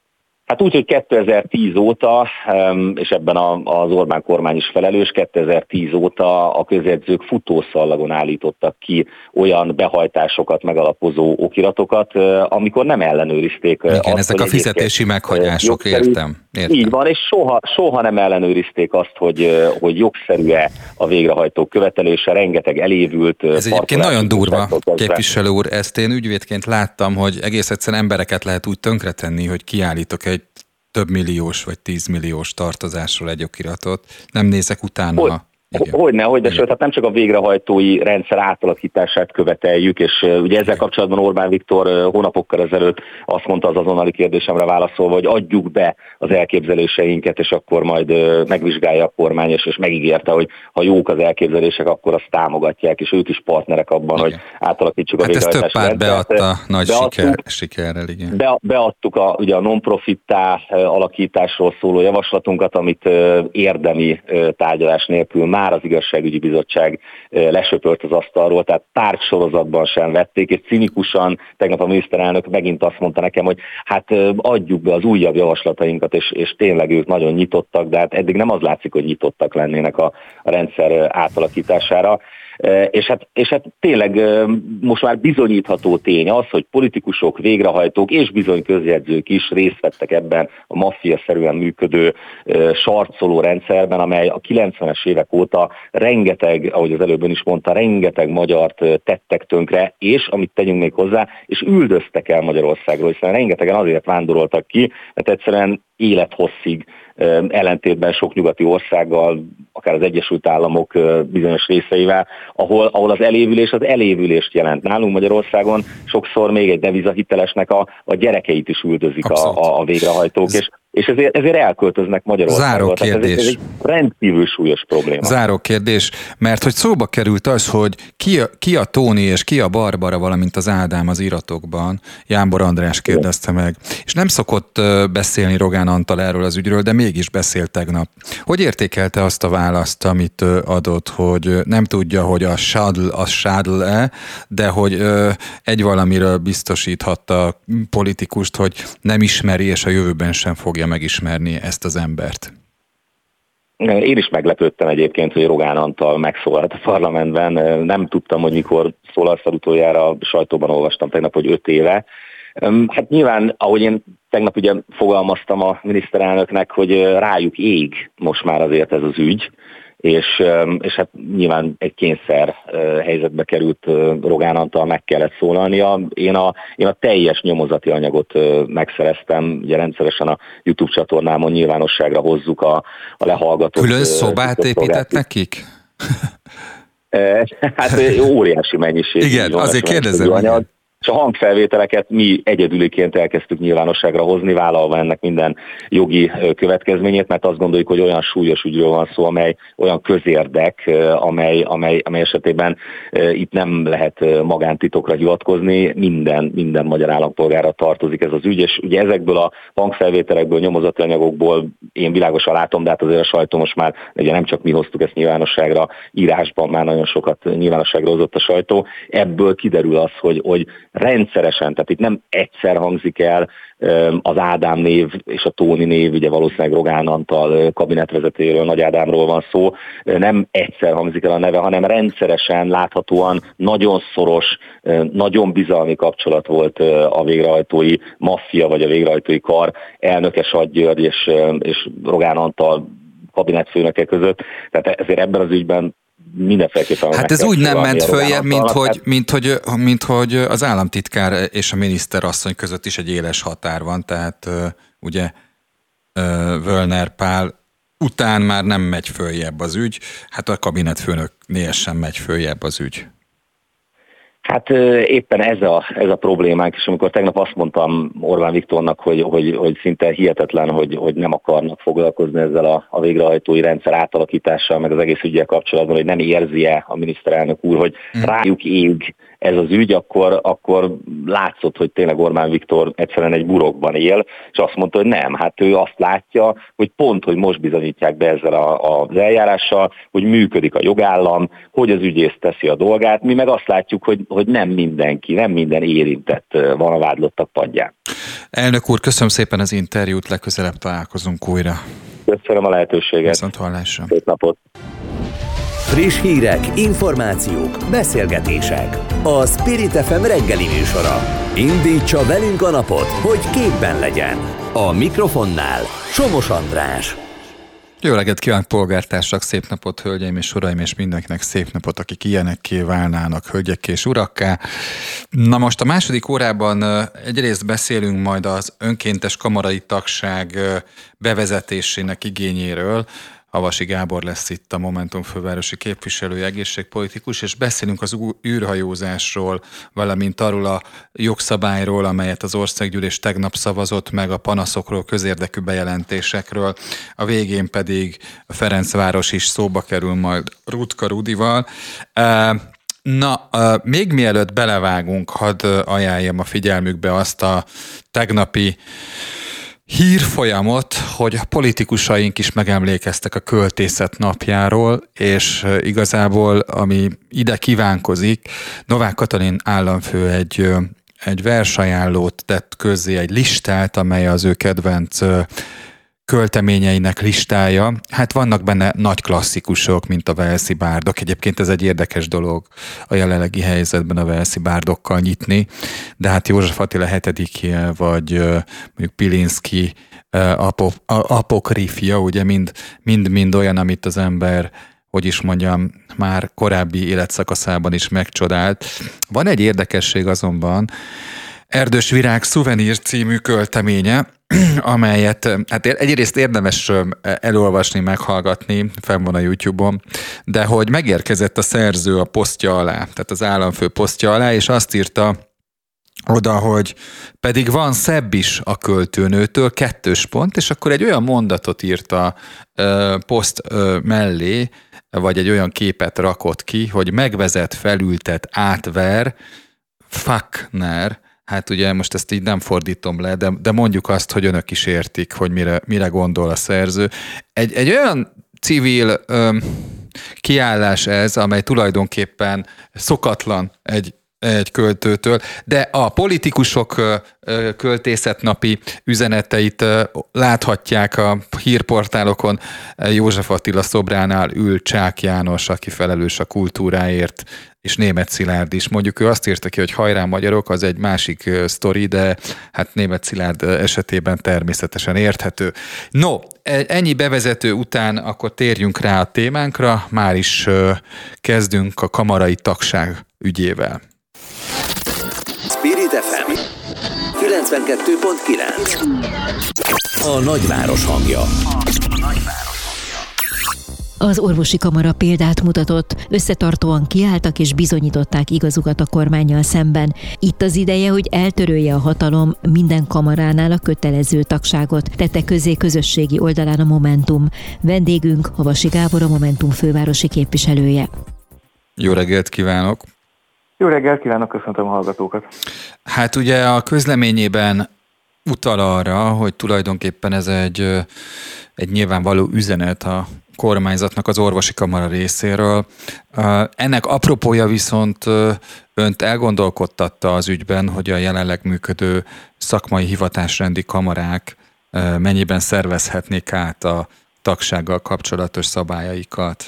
Hát úgy, hogy kétezer-tíz óta, és ebben az Orbán kormány is felelős, kétezer-tíz óta a közjegyzők futószallagon állítottak ki olyan behajtásokat megalapozó okiratokat, amikor nem ellenőrizték. Igen, azt, ezek a fizetési meghagyások, értem, értem. Így van, és soha, soha nem ellenőrizték azt, hogy, hogy jogszerű-e a végrehajtók követelése, rengeteg elévült. Ez egyébként nagyon durva, képviselő úr, ezt én ügyvédként láttam, hogy egész egyszerűen embereket lehet úgy tönkretenni, hogy kiállítok egy több milliós vagy tízmilliós tartozásról egy okiratot, nem nézek utána. Hogy, hogyne, hogy de sőt, hát nem csak a végrehajtói rendszer átalakítását követeljük, és uh, ugye ezzel kapcsolatban Orbán Viktor uh, hónapokkal ezelőtt azt mondta az azonnali kérdésemre válaszolva, hogy adjuk be az elképzeléseinket, és akkor majd uh, megvizsgálja a kormány, és, és megígérte, hogy ha jók az elképzelések, akkor azt támogatják, és ők is partnerek abban, igen, hogy átalakítsuk a hát végrehajtási rendszert. Hát ezt több párt beadta nagy beadtuk, siker, sikerrel, igen. Be, beadtuk a, ugye a non-profittá alakításról szóló javaslatunkat, amit uh, érdemi uh, tárgyalás nélkül már az igazságügyi bizottság lesöpört az asztalról, tehát tárgysorozatban sem vették, és cinikusan tegnap a miniszterelnök megint azt mondta nekem, hogy hát adjuk be az újabb javaslatainkat, és, és tényleg ők nagyon nyitottak, de hát eddig nem az látszik, hogy nyitottak lennének a, a rendszer átalakítására. És hát, és hát tényleg most már bizonyítható tény az, hogy politikusok, végrehajtók és bizony közjegyzők is részt vettek ebben a maffia-szerűen működő sarcoló rendszerben, amely a kilencvenes évek óta rengeteg, ahogy az előbb ön is mondta, rengeteg magyart tettek tönkre, és amit tegyünk még hozzá, és üldöztek el Magyarországról, hiszen rengetegen azért vándoroltak ki, mert egyszerűen élethosszig, ellentétben sok nyugati országgal, akár az Egyesült Államok bizonyos részeivel, ahol, ahol az elévülés az elévülést jelent. Nálunk Magyarországon sokszor még egy devizahitelesnek a, a gyerekeit is üldözik a, a, a végrehajtók, ez... és és ezért, ezért elköltöznek Magyarországra. Záró kérdés. Ez, ez egy rendkívül súlyos probléma. Záró kérdés, mert hogy szóba került az, hogy ki a, ki a Tóni és ki a Barbara, valamint az Ádám az iratokban, Jámbor András kérdezte meg. És nem szokott beszélni Rogán Antal erről az ügyről, de mégis beszélt tegnap. Hogy értékelte azt a választ, amit adott, hogy nem tudja, hogy a sádl az sádl-e, de hogy egy valamiről biztosíthatta a politikust, hogy nem ismeri, és a jövőben sem fogja megismerni ezt az embert. Én is meglepődtem egyébként, hogy Rogán Antal megszólalt a parlamentben. Nem tudtam, hogy mikor szólalt fel utoljára, a sajtóban olvastam tegnap, hogy öt éve. Hát nyilván, ahogy én tegnap ugye fogalmaztam a miniszterelnöknek, hogy rájuk ég most már azért ez az ügy, és, és hát nyilván egy kényszer helyzetbe került Rogán Antal, meg kellett szólalnia. Én a, én a teljes nyomozati anyagot megszereztem, ugye rendszeresen a YouTube csatornámon nyilvánosságra hozzuk a, a lehallgatott... Külön szobát épített nekik? Hát óriási mennyiség. Igen, azért kérdezem. Anyag. És a hangfelvételeket mi egyedüliként elkezdtük nyilvánosságra hozni, vállalva ennek minden jogi következményét, mert azt gondoljuk, hogy olyan súlyos ügyről van szó, amely olyan közérdek, amely, amely, amely esetében itt nem lehet magántitokra hivatkozni, minden, minden magyar állampolgárra tartozik ez az ügy, és ugye ezekből a hangfelvételekből, nyomozati anyagokból én világosan látom, de hát azért a sajtó most már, ugye nem csak mi hoztuk ezt nyilvánosságra, írásban már nagyon sokat nyilvánosságra hozott a sajtó, ebből kiderül az, hogy, hogy rendszeresen, tehát itt nem egyszer hangzik el az Ádám név és a Tóni név, ugye valószínűleg Rogán Antal kabinetvezetőjéről, Nagy Ádámról van szó, nem egyszer hangzik el a neve, hanem rendszeresen, láthatóan nagyon szoros, nagyon bizalmi kapcsolat volt a végrehajtói maffia, vagy a végrehajtói kar elnöke Sath György és, és Rogán Antal kabinetfőnöke között, tehát ezért ebben az ügyben mindenféleképpen... Hát ez úgy nem ment följebb, mint hogy, mint, hogy, mint hogy az államtitkár és a miniszter asszony között is egy éles határ van, tehát ugye Völner Pál után már nem megy följebb az ügy, hát a kabinetfőnöknél sem megy följebb az ügy. Hát éppen ez a, ez a problémánk, és amikor tegnap azt mondtam Orbán Viktornak, hogy, hogy, hogy szinte hihetetlen, hogy, hogy nem akarnak foglalkozni ezzel a, a végrehajtói rendszer átalakítással, meg az egész ügyel kapcsolatban, hogy nem érzi-e a miniszterelnök úr, hogy hmm. rájuk ég ez az ügy, akkor, akkor látszott, hogy tényleg Orbán Viktor egyszerűen egy burokban él, és azt mondta, hogy nem, hát ő azt látja, hogy pont, hogy most bizonyítják be ezzel a, az eljárással, hogy működik a jogállam, hogy az ügyész teszi a dolgát, mi meg azt látjuk, hogy, hogy nem mindenki, nem minden érintett van a vádlottak padján. Elnök úr, köszönöm szépen az interjút, legközelebb találkozunk újra. Köszönöm a lehetőséget. Viszont hallásra. Szép napot. Friss hírek, információk, beszélgetések. A Spirit ef em reggeli műsora. Indítsa velünk a napot, hogy képben legyen. A mikrofonnál Somos András. Jó reggelt kívánok, polgártársak, szép napot, hölgyeim és uraim, és mindenkinek szép napot, akik ilyenekké válnának, hölgyekké és urakká. Na most a második órában egyrészt beszélünk majd az önkéntes kamarai tagság bevezetésének igényéről. Havasi Gábor lesz itt, a Momentum fővárosi képviselője, egészségpolitikus, és beszélünk az űrhajózásról, valamint arról a jogszabályról, amelyet az országgyűlés tegnap szavazott meg, a panaszokról, közérdekű bejelentésekről. A végén pedig a Ferencváros is szóba kerül majd Rutka Rudival. Na, még mielőtt belevágunk, hadd ajánljam a figyelmükbe azt a tegnapi hírfolyamot, hogy a politikusaink is megemlékeztek a költészet napjáról, és igazából, ami ide kívánkozik, Novák Katalin államfő egy, egy versajánlót tett közzé, egy listát, amely az ő kedvenc költeményeinek listája. Hát vannak benne nagy klasszikusok, mint a Velszi bárdok. Egyébként ez egy érdekes dolog a jelenlegi helyzetben a Velszi bárdokkal nyitni, de hát József Attila hetedikje, vagy mondjuk Pilinszky apok, apokrifia, ugye mind, mind, mind olyan, amit az ember, hogy is mondjam, már korábbi életszakaszában is megcsodált. Van egy érdekesség azonban, Erdős Virág Szuvenír című költeménye, amelyet hát egyrészt érdemes elolvasni, meghallgatni, fenn van a YouTube-on, de hogy megérkezett a szerző a posztja alá, tehát az államfő posztja alá, és azt írta oda, hogy pedig van szebb is a költőnőtől, kettős pont, és akkor egy olyan mondatot írt a ö, poszt ö, mellé, vagy egy olyan képet rakott ki, hogy megvezet, felültet, átver, Fackner. Hát ugye most ezt így nem fordítom le, de, de mondjuk azt, hogy önök is értik, hogy mire, mire gondol a szerző. Egy, egy olyan civil ö, kiállás ez, amely tulajdonképpen szokatlan egy egy költőtől, de a politikusok költészetnapi üzeneteit láthatják a hírportálokon. József Attila szobránál ül Csák János, aki felelős a kultúráért, és Németh Szilárd is. Mondjuk ő azt írta ki, hogy hajrá magyarok, az egy másik sztori, de hát Németh Szilárd esetében természetesen érthető. No, ennyi bevezető után akkor térjünk rá a témánkra, már is kezdünk a kamarai tagság ügyével. Spirit ef em kilencvenkettő pont kilenc. A nagyváros hangja. Az orvosi kamara példát mutatott, összetartóan kiálltak és bizonyították igazukat a kormánnyal szemben. Itt az ideje, hogy eltörölje a hatalom minden kamaránál a kötelező tagságot, tette közzé közösségi oldalán a Momentum. Vendégünk Havasi Gábor, a Momentum fővárosi képviselője. Jó reggelt kívánok! Jó reggelt kívánok, köszöntöm a hallgatókat! Hát ugye a közleményében utal arra, hogy tulajdonképpen ez egy, egy nyilvánvaló üzenet a kormányzatnak az orvosi kamara részéről. Ennek apropója viszont önt elgondolkodtatta az ügyben, hogy a jelenleg működő szakmai hivatásrendi kamarák mennyiben szervezhetnék át a tagsággal kapcsolatos szabályaikat.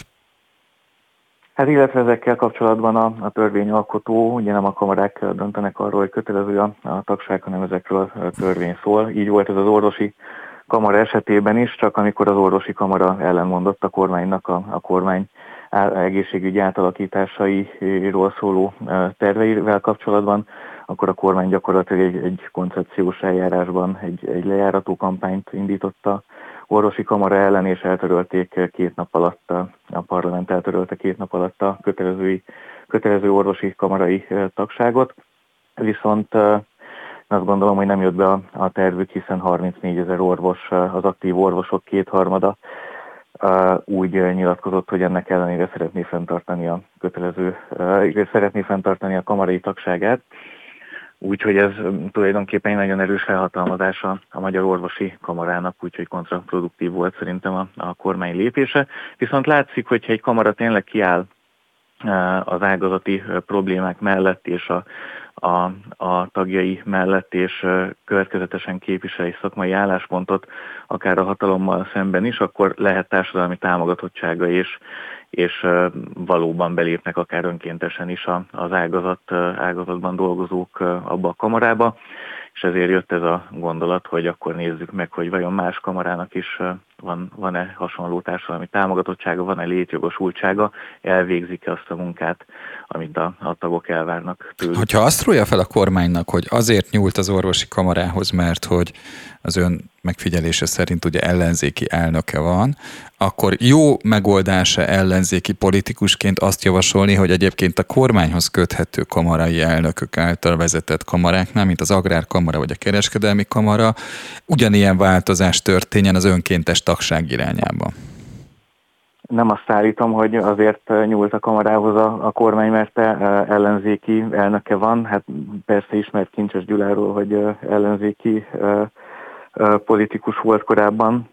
Hát illetve ezekkel kapcsolatban a, a törvényalkotó, ugye nem a kamarák döntenek arról, hogy kötelező a, a tagság, hanem ezekről a törvény szól. Így volt ez az orvosi kamara esetében is, csak amikor az orvosi kamara ellenmondott a kormánynak a, a kormány egészségügyi átalakításairól szóló terveivel kapcsolatban, akkor a kormány gyakorlatilag egy, egy koncepciós eljárásban egy, egy lejárató kampányt indította orvosi kamara ellen, és eltörölték két nap alatt, a parlament eltörölte két nap alatt a kötelező, kötelező orvosi kamarai tagságot. Viszont azt gondolom, hogy nem jött be a, a tervük, hiszen harmincnégyezer orvos, az aktív orvosok kétharmada úgy nyilatkozott, hogy ennek ellenére szeretné fenntartani a kötelező, szeretné fenntartani a kamarai tagságát. Úgyhogy ez tulajdonképpen egy nagyon erős felhatalmazása a Magyar Orvosi Kamarának, úgyhogy kontraproduktív volt szerintem a, a kormány lépése. Viszont látszik, hogyha egy kamara tényleg kiáll az ágazati problémák mellett és a, a, a tagjai mellett, és következetesen képvisel egy szakmai álláspontot, akár a hatalommal szemben is, akkor lehet társadalmi támogatottsága is, és valóban belépnek akár önkéntesen is az ágazat, ágazatban dolgozók abba a kamarába, és ezért jött ez a gondolat, hogy akkor nézzük meg, hogy vajon más kamarának is van, van-e hasonló társadalmi támogatottsága, van-e létjogosultsága, elvégzik-e azt a munkát, amit a, a tagok elvárnak tőlük. Hogyha azt rója fel a kormánynak, hogy azért nyúlt az orvosi kamarához, mert hogy az ön megfigyelése szerint ugye ellenzéki elnöke van, akkor jó megoldása ellenzéki politikusként azt javasolni, hogy egyébként a kormányhoz köthető kamarai elnökök által vezetett kamaráknál, mint az Agrárkamara vagy a Kereskedelmi Kamara, ugyanilyen változás történjen az önkéntes tagság irányába. Nem azt állítom, hogy azért nyúlt a kamarához a, a kormány, mert ellenzéki elnöke van. Hát persze ismert Kincses Gyuláról, hogy ellenzéki politikus volt korábban,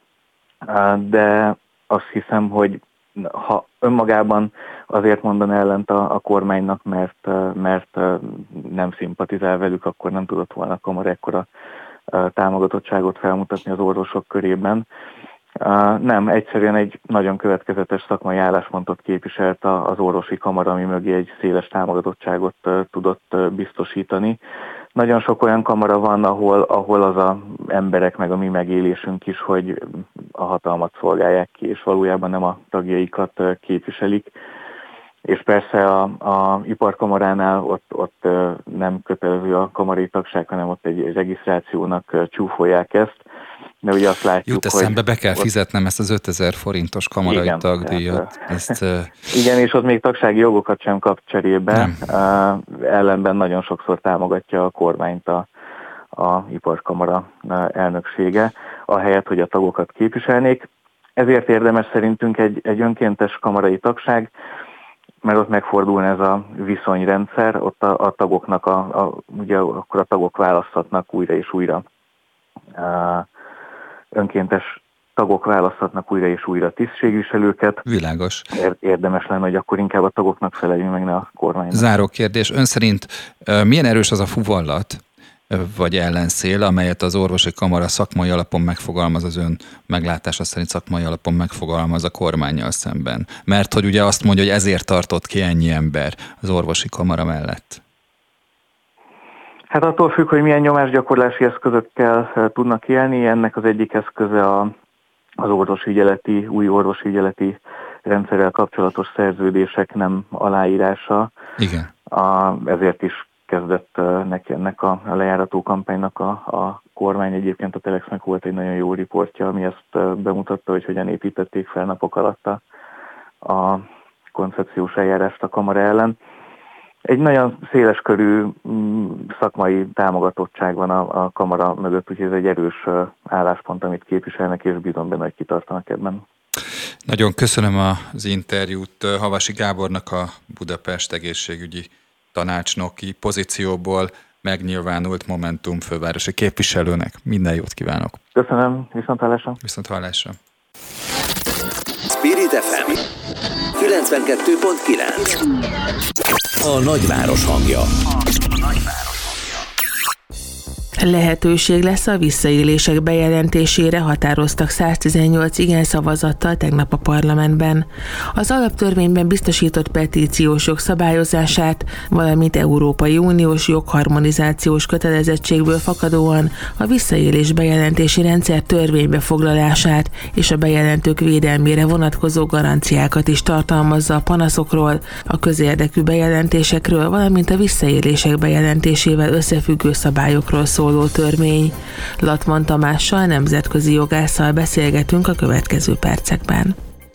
de azt hiszem, hogy ha önmagában azért mondan ellent a, a kormánynak, mert, mert nem szimpatizál velük, akkor nem tudott volna a kamara ekkora támogatottságot felmutatni az orvosok körében. Nem, egyszerűen egy nagyon következetes szakmai álláspontot képviselt az orvosi kamara, ami mögé egy széles támogatottságot tudott biztosítani. Nagyon sok olyan kamara van, ahol, ahol az a emberek, meg a mi megélésünk is, hogy a hatalmat szolgálják ki, és valójában nem a tagjaikat képviselik. És persze a, a iparkamaránál ott, ott nem kötelező a kamarai tagság, hanem ott egy, egy regisztrációnak csúfolják ezt. De ugye azt látjuk, Jut eszembe, hogy be kell ott... fizetnem ezt az ötezer forintos kamarai igen, tagdíjat. Ezt, igen, és ott még tagsági jogokat sem kap cserébe. Uh, ellenben nagyon sokszor támogatja a kormányt a, a iparkamara elnöksége, ahelyett, hogy a tagokat képviselnék. Ezért érdemes szerintünk egy, egy önkéntes kamarai tagság, mert ott megfordul ez a viszonyrendszer, ott a, a tagoknak, a, a, ugye akkor a tagok választhatnak újra és újra uh, önkéntes tagok választhatnak újra és újra tisztségviselőket. Világos. Érdemes lenne, hogy akkor inkább a tagoknak feleljünk meg, ne a kormánynak. Záró kérdés. Ön szerint milyen erős az a fuvallat, vagy ellenszél, amelyet az orvosi kamara szakmai alapon megfogalmaz, az ön meglátása szerint szakmai alapon megfogalmaz a kormánnyal szemben? Mert hogy ugye azt mondja, hogy ezért tartott ki ennyi ember az orvosi kamara mellett. Hát attól függ, hogy milyen nyomásgyakorlási eszközökkel tudnak élni. Ennek az egyik eszköze a, az orvosügyeleti, új orvosügyeleti rendszerrel kapcsolatos szerződések nem aláírása. Igen. A, ezért is kezdett neki ennek a, a lejárató kampánynak a, a kormány. Egyébként a Telexnek volt egy nagyon jó riportja, ami ezt bemutatta, hogy hogyan építették fel napok alatt a, a koncepciós eljárást a kamara ellen. Egy nagyon széleskörű szakmai támogatottság van a, a kamara mögött, úgyhogy ez egy erős álláspont, amit képviselnek, és bízom benne, hogy kitartanak ebben. Nagyon köszönöm az interjút Havasi Gábornak, a Budapest egészségügyi tanácsnoki pozícióból megnyilvánult Momentum fővárosi képviselőnek. Minden jót kívánok! Köszönöm, viszonthallásra! Viszonthallásra! Spirit ef em kilencvenkettő pont kilenc. A nagyváros hangja. Lehetőség lesz a visszaélések bejelentésére, határoztak száztizennyolc igen szavazattal tegnap a parlamentben. Az alaptörvényben biztosított petíciós jogszabályozását, valamint Európai Uniós jogharmonizációs kötelezettségből fakadóan a visszaélés bejelentési rendszer törvénybe foglalását és a bejelentők védelmére vonatkozó garanciákat is tartalmazza a panaszokról, a közérdekű bejelentésekről, valamint a visszaélések bejelentésével összefüggő szabályokról szól törvény. Latman Tamással, nemzetközi jogásszal beszélgetünk a következő percekben.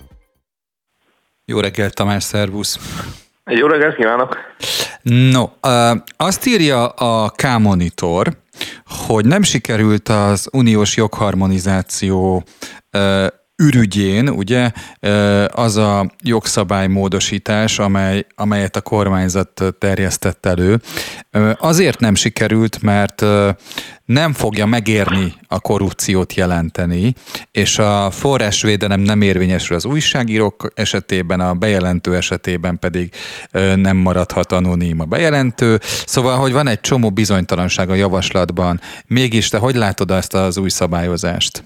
Jó reggelt, Tamás, szervusz! Jó reggelt kívánok! No, azt írja a K-Monitor, hogy nem sikerült az uniós jogharmonizáció ürügyén, ugye, az a jogszabálymódosítás, amely, amelyet a kormányzat terjesztett elő. Azért nem sikerült, mert nem fogja megérni a korrupciót jelenteni, és a forrásvédelem nem érvényesül az újságírók esetében, a bejelentő esetében pedig nem maradhat anonim a bejelentő. Szóval, hogy van egy csomó bizonytalanság a javaslatban. Mégis te hogy látod ezt az új szabályozást?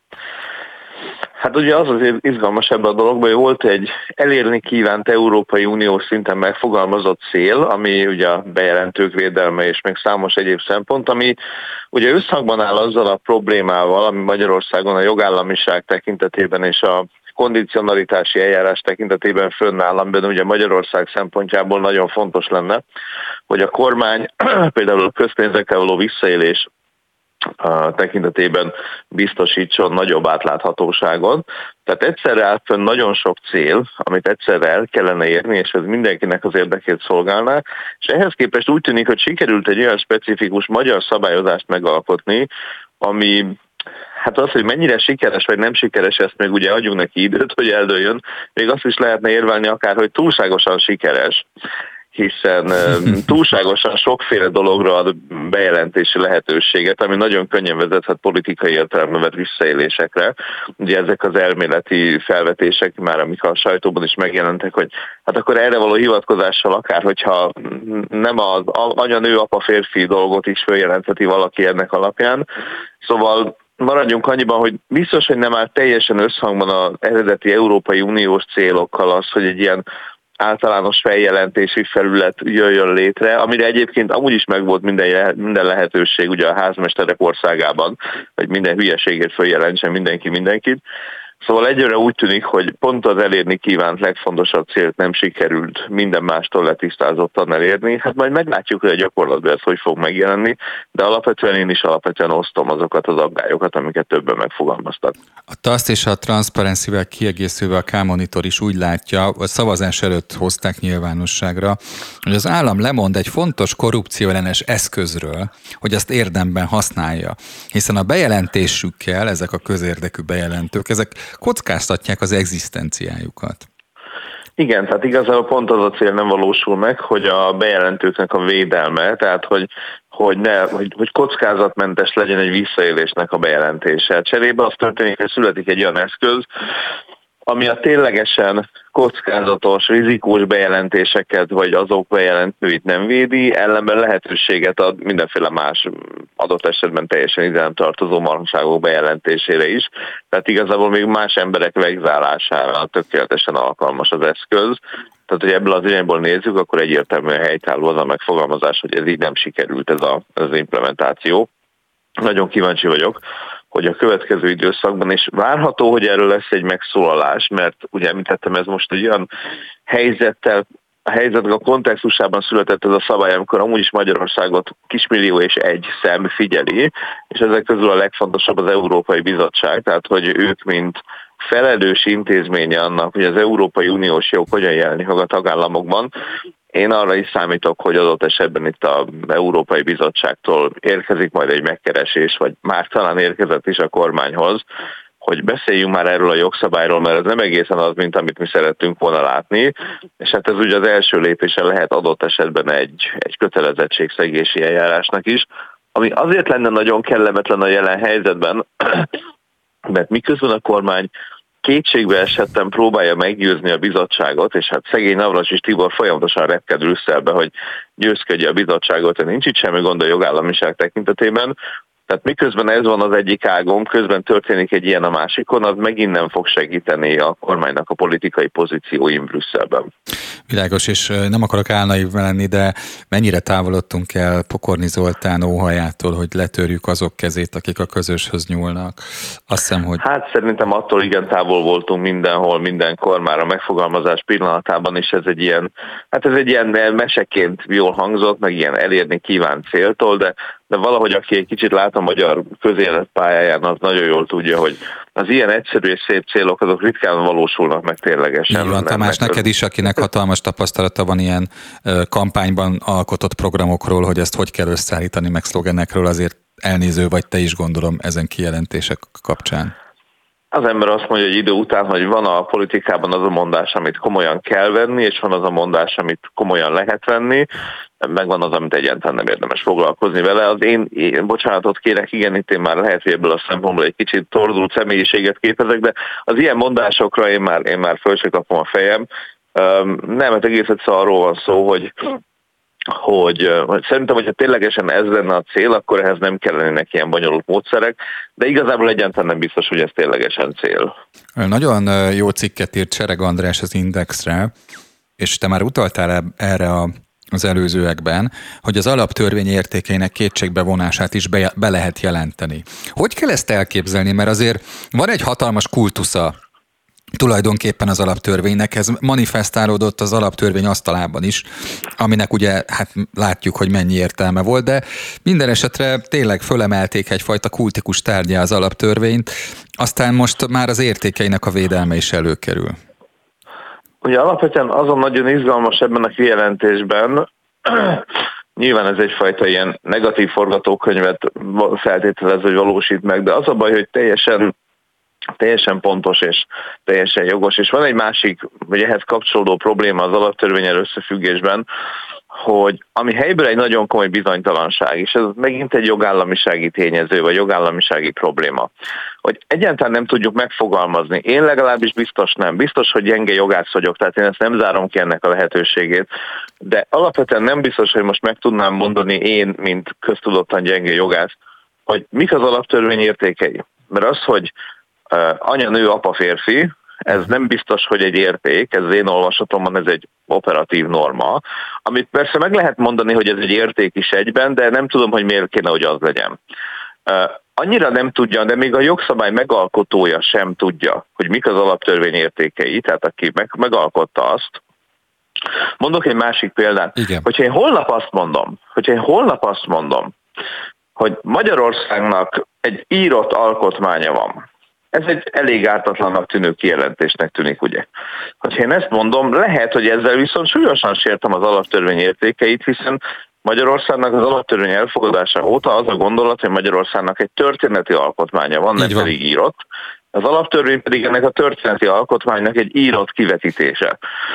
Hát ugye az azért izgalmas ebben a dologban, hogy volt egy elérni kívánt Európai Uniós szinten megfogalmazott cél, ami ugye a bejelentők védelme és még számos egyéb szempont, ami ugye összhangban áll azzal a problémával, ami Magyarországon a jogállamiság tekintetében és a kondicionalitási eljárás tekintetében fönnáll, amiben ugye Magyarország szempontjából nagyon fontos lenne, hogy a kormány például a közpénzekkel való visszaélés a tekintetében biztosítson nagyobb átláthatóságon. Tehát egyszerre áll fönn nagyon sok cél, amit egyszerre el kellene érni, és ez mindenkinek az érdekét szolgálná, és ehhez képest úgy tűnik, hogy sikerült egy olyan specifikus magyar szabályozást megalkotni, ami hát az, hogy mennyire sikeres vagy nem sikeres, ezt még ugye adjunk neki időt, hogy eldőljön, még azt is lehetne érvelni akár, hogy túlságosan sikeres, hiszen túlságosan sokféle dologra ad bejelentési lehetőséget, ami nagyon könnyen vezethet politikai értelemben vett visszaélésekre. Ugye ezek az elméleti felvetések már, amik a sajtóban is megjelentek, hogy hát akkor erre való hivatkozással akár, hogyha nem az anya-nő, apa-férfi dolgot is följelentheti valaki ennek alapján. Szóval maradjunk annyiban, hogy biztos, hogy nem áll teljesen összhangban az eredeti Európai Uniós célokkal az, hogy egy ilyen általános feljelentési felület jöjjön létre, amire egyébként amúgy is megvolt minden, minden lehetőség ugye a házmesterek országában, hogy minden hülyeségét feljelentsen mindenki mindenkit. Szóval egyre úgy tűnik, hogy pont az elérni kívánt legfontosabb célt nem sikerült minden mástól letisztázottan elérni. Hát majd meglátjuk, hogy a gyakorlatban ez hogy fog megjelenni, de alapvetően én is alapvetően osztom azokat az aggályokat, amiket többen megfogalmaztak. A TASZ és a Transparency-vel kiegészülve a K-Monitor is úgy látja, a szavazás előtt hozták nyilvánosságra, hogy az állam lemond egy fontos korrupcióellenes eszközről, hogy azt érdemben használja. Hiszen a bejelentésükkel, ezek a közérdekű bejelentők, ezek kockáztatják az egzisztenciájukat. Igen, tehát igazából pont az a cél nem valósul meg, hogy a bejelentőknek a védelme, tehát hogy hogy, ne, hogy, hogy kockázatmentes legyen egy visszaélésnek a bejelentése. Cserébe az történik, hogy születik egy olyan eszköz, ami a ténylegesen kockázatos, rizikós bejelentéseket, vagy azok bejelentőit nem védi, ellenben lehetőséget ad mindenféle más adott esetben teljesen ide nem tartozó marhaságok bejelentésére is. Tehát igazából még más emberek vegzálására tökéletesen alkalmas az eszköz. Tehát, hogy ebből az irányból nézzük, akkor egyértelműen helytálló az a megfogalmazás, hogy ez így nem sikerült ez, a, ez az implementáció. Nagyon kíváncsi vagyok, hogy a következő időszakban, és várható, hogy erről lesz egy megszólalás, mert ugye említettem, ez most egy olyan helyzettel, a helyzetnek a kontextusában született ez a szabály, amikor amúgy is Magyarországot kismillió és egy szem figyeli, és ezek közül a legfontosabb az Európai Bizottság, tehát hogy ők, mint felelős intézménye annak, hogy az Európai Uniós jog hogyan jelenik meg a tagállamokban. Én arra is számítok, hogy adott esetben itt az Európai Bizottságtól érkezik majd egy megkeresés, vagy már talán érkezett is a kormányhoz, hogy beszéljünk már erről a jogszabályról, mert ez nem egészen az, mint amit mi szerettünk volna látni, és hát ez ugye az első lépése lehet adott esetben egy, egy kötelezettségszegési eljárásnak is, ami azért lenne nagyon kellemetlen a jelen helyzetben, mert miközben a kormány kétségbe esetten próbálja meggyőzni a bizottságot, és hát szegény Navracsics Tibor folyamatosan repked Brüsszelbe, hogy győzködje a bizottságot, hogy nincs itt semmi gond a jogállamiság tekintetében. Tehát miközben ez van az egyik ágon, közben történik egy ilyen a másikon, az megint nem fog segíteni a kormánynak a politikai pozícióin Brüsszelben. Világos, és nem akarok álnaiv lenni, de mennyire távolodtunk el Pokorni Zoltán óhajától, hogy letörjük azok kezét, akik a közöshöz nyúlnak? Azt hiszem, hogy... Hát szerintem attól igen távol voltunk mindenhol, mindenkor, már a megfogalmazás pillanatában is ez egy ilyen, hát ez egy ilyen meseként jól hangzott, meg ilyen elérni kívánt céltól, de de valahogy aki egy kicsit lát a magyar közélet pályáján, az nagyon jól tudja, hogy az ilyen egyszerű és szép célok, azok ritkán valósulnak meg ténylegesen. Így van, Tamás, neked is, akinek hatalmas tapasztalata van ilyen kampányban alkotott programokról, hogy ezt hogy kell összeállítani, meg szlogenekről, azért elnéző vagy te is, gondolom, ezen kijelentések kapcsán. Az ember azt mondja egy idő után, hogy van a politikában az a mondás, amit komolyan kell venni, és van az a mondás, amit komolyan lehet venni, meg van az, amit egyáltalán nem érdemes foglalkozni vele. Az én, én bocsánatot kérek, igen, itt én már lehet, hogy ebből a szempontból egy kicsit torzult személyiséget képezek, de az ilyen mondásokra én már, én már föl se kapom a fejem. Nem, hát egész egyszer arról van szó, hogy Hogy, hogy szerintem, hogyha ténylegesen ez lenne a cél, akkor ehhez nem kellenének ilyen bonyolult módszerek, de igazából egyáltalán nem biztos, hogy ez ténylegesen cél. Nagyon jó cikket írt Sereg András az Indexre, és te már utaltál erre a az előzőekben, hogy az alaptörvény értékeinek kétségbevonását is be, be lehet jelenteni. Hogy kell ezt elképzelni? Mert azért van egy hatalmas kultusza tulajdonképpen az alaptörvénynek, ez manifestálódott az alaptörvény asztalában is, aminek ugye hát látjuk, hogy mennyi értelme volt, de minden esetre tényleg fölemelték egyfajta kultikus tárgyá az alaptörvényt, aztán most már az értékeinek a védelme is előkerül. Ugye alapvetően azon nagyon izgalmas ebben a kijelentésben, nyilván ez egyfajta ilyen negatív forgatókönyvet feltételez, hogy valósít meg, de az a baj, hogy teljesen teljesen pontos és teljesen jogos. És van egy másik, vagy ehhez kapcsolódó probléma az alaptörvénnyel összefüggésben, hogy ami helyből egy nagyon komoly bizonytalanság, és ez megint egy jogállamisági tényező, vagy jogállamisági probléma, hogy egyáltalán nem tudjuk megfogalmazni. Én legalábbis biztos nem. Biztos, hogy gyenge jogász vagyok, tehát én ezt nem zárom ki ennek a lehetőségét, de alapvetően nem biztos, hogy most meg tudnám mondani én, mint köztudottan gyenge jogász, hogy mik az alaptörvény értékei. Mert az, hogy anya, nő, apa, férfi, ez nem biztos, hogy egy érték, ez az én olvasatomban ez egy operatív norma, amit persze meg lehet mondani, hogy ez egy érték is egyben, de nem tudom, hogy miért kéne, hogy az legyen. Annyira nem tudja, de még a jogszabály megalkotója sem tudja, hogy mik az alaptörvény értékei, tehát aki meg, megalkotta azt. Mondok egy másik példát. Igen. Hogyha én holnap azt mondom, hogyha én holnap azt mondom, hogy Magyarországnak egy írott alkotmánya van, ez egy elég ártatlannak tűnő kijelentésnek tűnik, ugye. Hogyha én ezt mondom, lehet, hogy ezzel viszont súlyosan sértem az alaptörvény értékeit, hiszen Magyarországnak az alaptörvény elfogadása óta az a gondolat, hogy Magyarországnak egy történeti alkotmánya van, nem pedig írott. Az alaptörvény pedig ennek a történeti alkotmánynak egy írott kivetítése.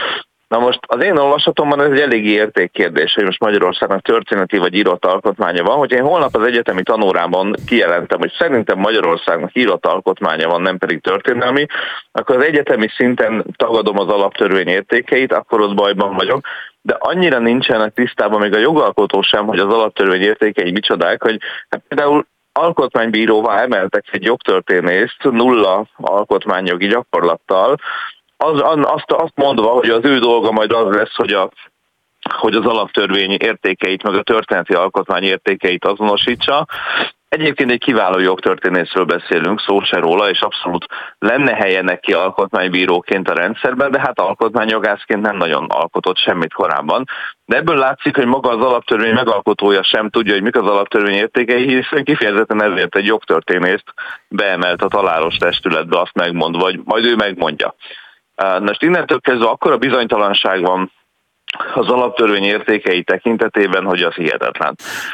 Na most az én olvasatomban ez egy eléggé értékkérdés, hogy most Magyarországnak történeti vagy írott alkotmánya van. Hogy én holnap az egyetemi tanórában kijelentem, hogy szerintem Magyarországnak írott alkotmánya van, nem pedig történelmi, akkor az egyetemi szinten tagadom az alaptörvény értékeit, akkor ott bajban vagyok. De annyira nincsenek tisztában még a jogalkotó sem, hogy az alaptörvény értékei micsodák, hogy hát például alkotmánybíróvá emeltek egy jogtörténészt nulla alkotmányjogi gyakorlattal, Az, azt, azt mondva, hogy az ő dolga majd az lesz, hogy, a, hogy az alaptörvény értékeit, meg a történeti alkotmány értékeit azonosítsa. Egyébként egy kiváló jogtörténészről beszélünk, szó se róla, és abszolút lenne helye neki alkotmánybíróként a rendszerben, de hát alkotmányjogászként nem nagyon alkotott semmit korábban. De ebből látszik, hogy maga az alaptörvény megalkotója sem tudja, hogy mik az alaptörvény értékei, hiszen kifejezetten ezért egy jogtörténészt beemelt a találos testületbe, azt megmondva, vagy majd ő megmondja. Most innentől kezdve akkora bizonytalanság van az alaptörvény értékei tekintetében, hogy az hihetetlen.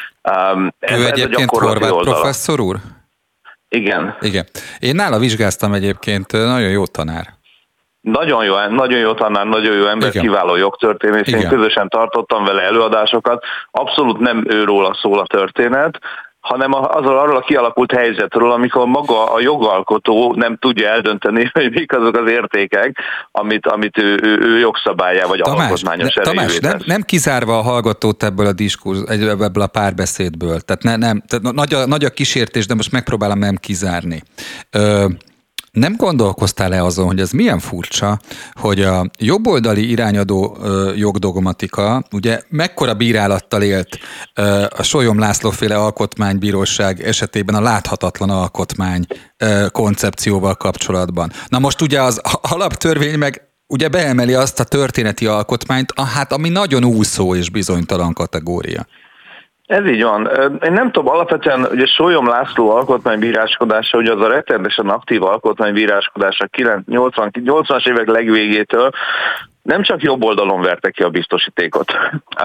Ez, ő egyébként Horváth professzor úr? Igen. Igen. Én nála vizsgáztam egyébként, nagyon jó tanár. Nagyon jó, nagyon jó tanár, nagyon jó ember, igen. Kiváló jogtörténész. Én közösen tartottam vele előadásokat. Abszolút nem őróla szól a történet, hanem azról arról a kialakult helyzetről, amikor maga a jogalkotó nem tudja eldönteni, hogy mik azok az értékek, amit, amit ő, ő, ő jogszabályá vagy Tamás, alkotmányos erejévé Tamás, nem, nem kizárva a hallgatót ebből a diskurz, ebből a párbeszédből. Tehát, ne, nem, tehát nagy, a, nagy a kísértés, de most megpróbálom nem kizárni. Ö, Nem gondolkoztál-e azon, hogy ez milyen furcsa, hogy a jobboldali irányadó ö, jogdogmatika ugye mekkora bírálattal élt ö, a Sólyom László-féle alkotmánybíróság esetében a láthatatlan alkotmány ö, koncepcióval kapcsolatban. Na most ugye az alaptörvény meg ugye beemeli azt a történeti alkotmányt, hát ami nagyon úszó és bizonytalan kategória. Ez így van. Én nem tudom, alapvetően ugye Sólyom László alkotmánybíráskodása, ugye az a rettenetesen aktív alkotmánybíráskodása nyolcvanas évek legvégétől nem csak jobb oldalon verte ki a biztosítékot,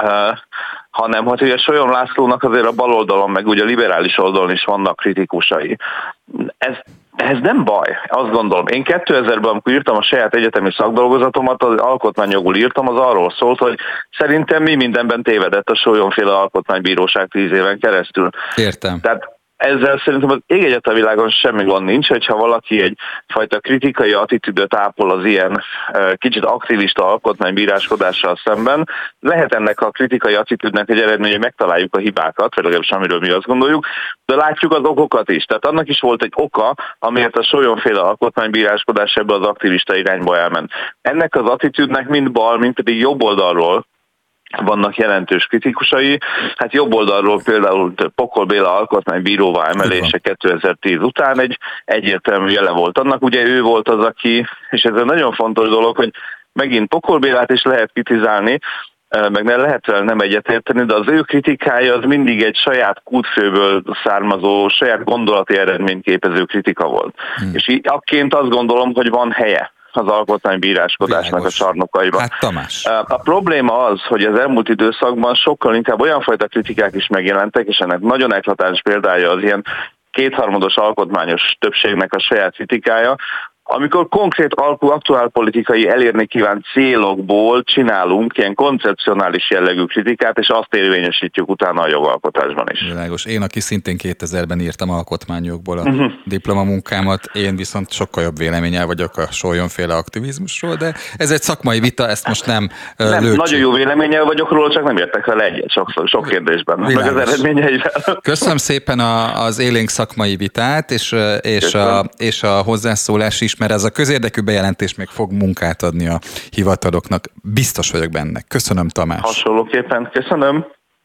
hanem hogy ugye Sólyom Lászlónak azért a bal oldalon, meg ugye a liberális oldalon is vannak kritikusai. Ez Ez nem baj, azt gondolom. Én kétezerben, amikor írtam a saját egyetemi szakdolgozatomat, az alkotmányjogul írtam, az arról szólt, hogy szerintem mi mindenben tévedett a Sólyomféle alkotmánybíróság tíz éven keresztül. Értem. Tehát ezzel szerintem az ég egyet a világon semmi gond nincs, hogyha valaki egyfajta kritikai attitűdöt ápol az ilyen kicsit aktivista alkotmánybíráskodással szemben. Lehet ennek a kritikai attitűdnek egy eredmény, hogy megtaláljuk a hibákat, vagy legalábbis amiről mi azt gondoljuk, de látjuk az okokat is. Tehát annak is volt egy oka, amiért a Sólyomféle alkotmánybíráskodás ebbe az aktivista irányba elment. Ennek az attitűdnek mind bal, mind pedig jobb oldalról vannak jelentős kritikusai. Hát jobb oldalról például Pokol Béla alkotmánybíróvá emelése kétezer-tíz után egy egyértelmű jele volt annak. Ugye ő volt az, aki, és ez egy nagyon fontos dolog, hogy megint Pokol Bélát is lehet kritizálni, meg nem lehet vele nem egyetérteni, de az ő kritikája az mindig egy saját kútfőből származó, saját gondolati eredményt képező kritika volt. Hmm. És így akként azt gondolom, hogy van helye az alkotmánybíráskodásnak Világos. A csarnokaiban. Hát Tamás. A probléma az, hogy az elmúlt időszakban sokkal inkább olyan fajta kritikák is megjelentek, és ennek nagyon eklatáns példája az ilyen kétharmados alkotmányos többségnek a saját kritikája, amikor konkrét aktuálpolitikai elérni kívánt célokból csinálunk ilyen koncepcionális jellegű kritikát, és azt érvényesítjük utána a jogalkotásban is. Világos. Én, aki szintén kétezerben írtam alkotmányjogból a uh-huh. diplomamunkámat, én viszont sokkal jobb véleménnyel vagyok a Sólyomféle aktivizmusról, de ez egy szakmai vita, ezt most nem, nem lőtsük. Nagyon jó véleménnyel vagyok róla, csak nem értek vele egyet sokszor, sok kérdésben. Világos. Meg az eredményeivel. Köszönöm szépen a, az élénk szakmai vitát, és, és, a, és a hozzászólás is, mert ez a közérdekű bejelentés még fog munkát adni a hivataloknak. Biztos vagyok benne. Köszönöm, Tamás. Hasonlóképpen. Köszönöm.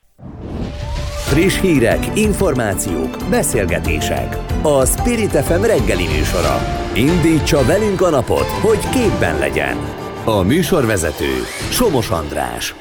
Friss hírek, információk, beszélgetések. A Spirit ef em reggeli műsora. Indítsa velünk a napot, hogy képben legyen. A műsorvezető Somos András.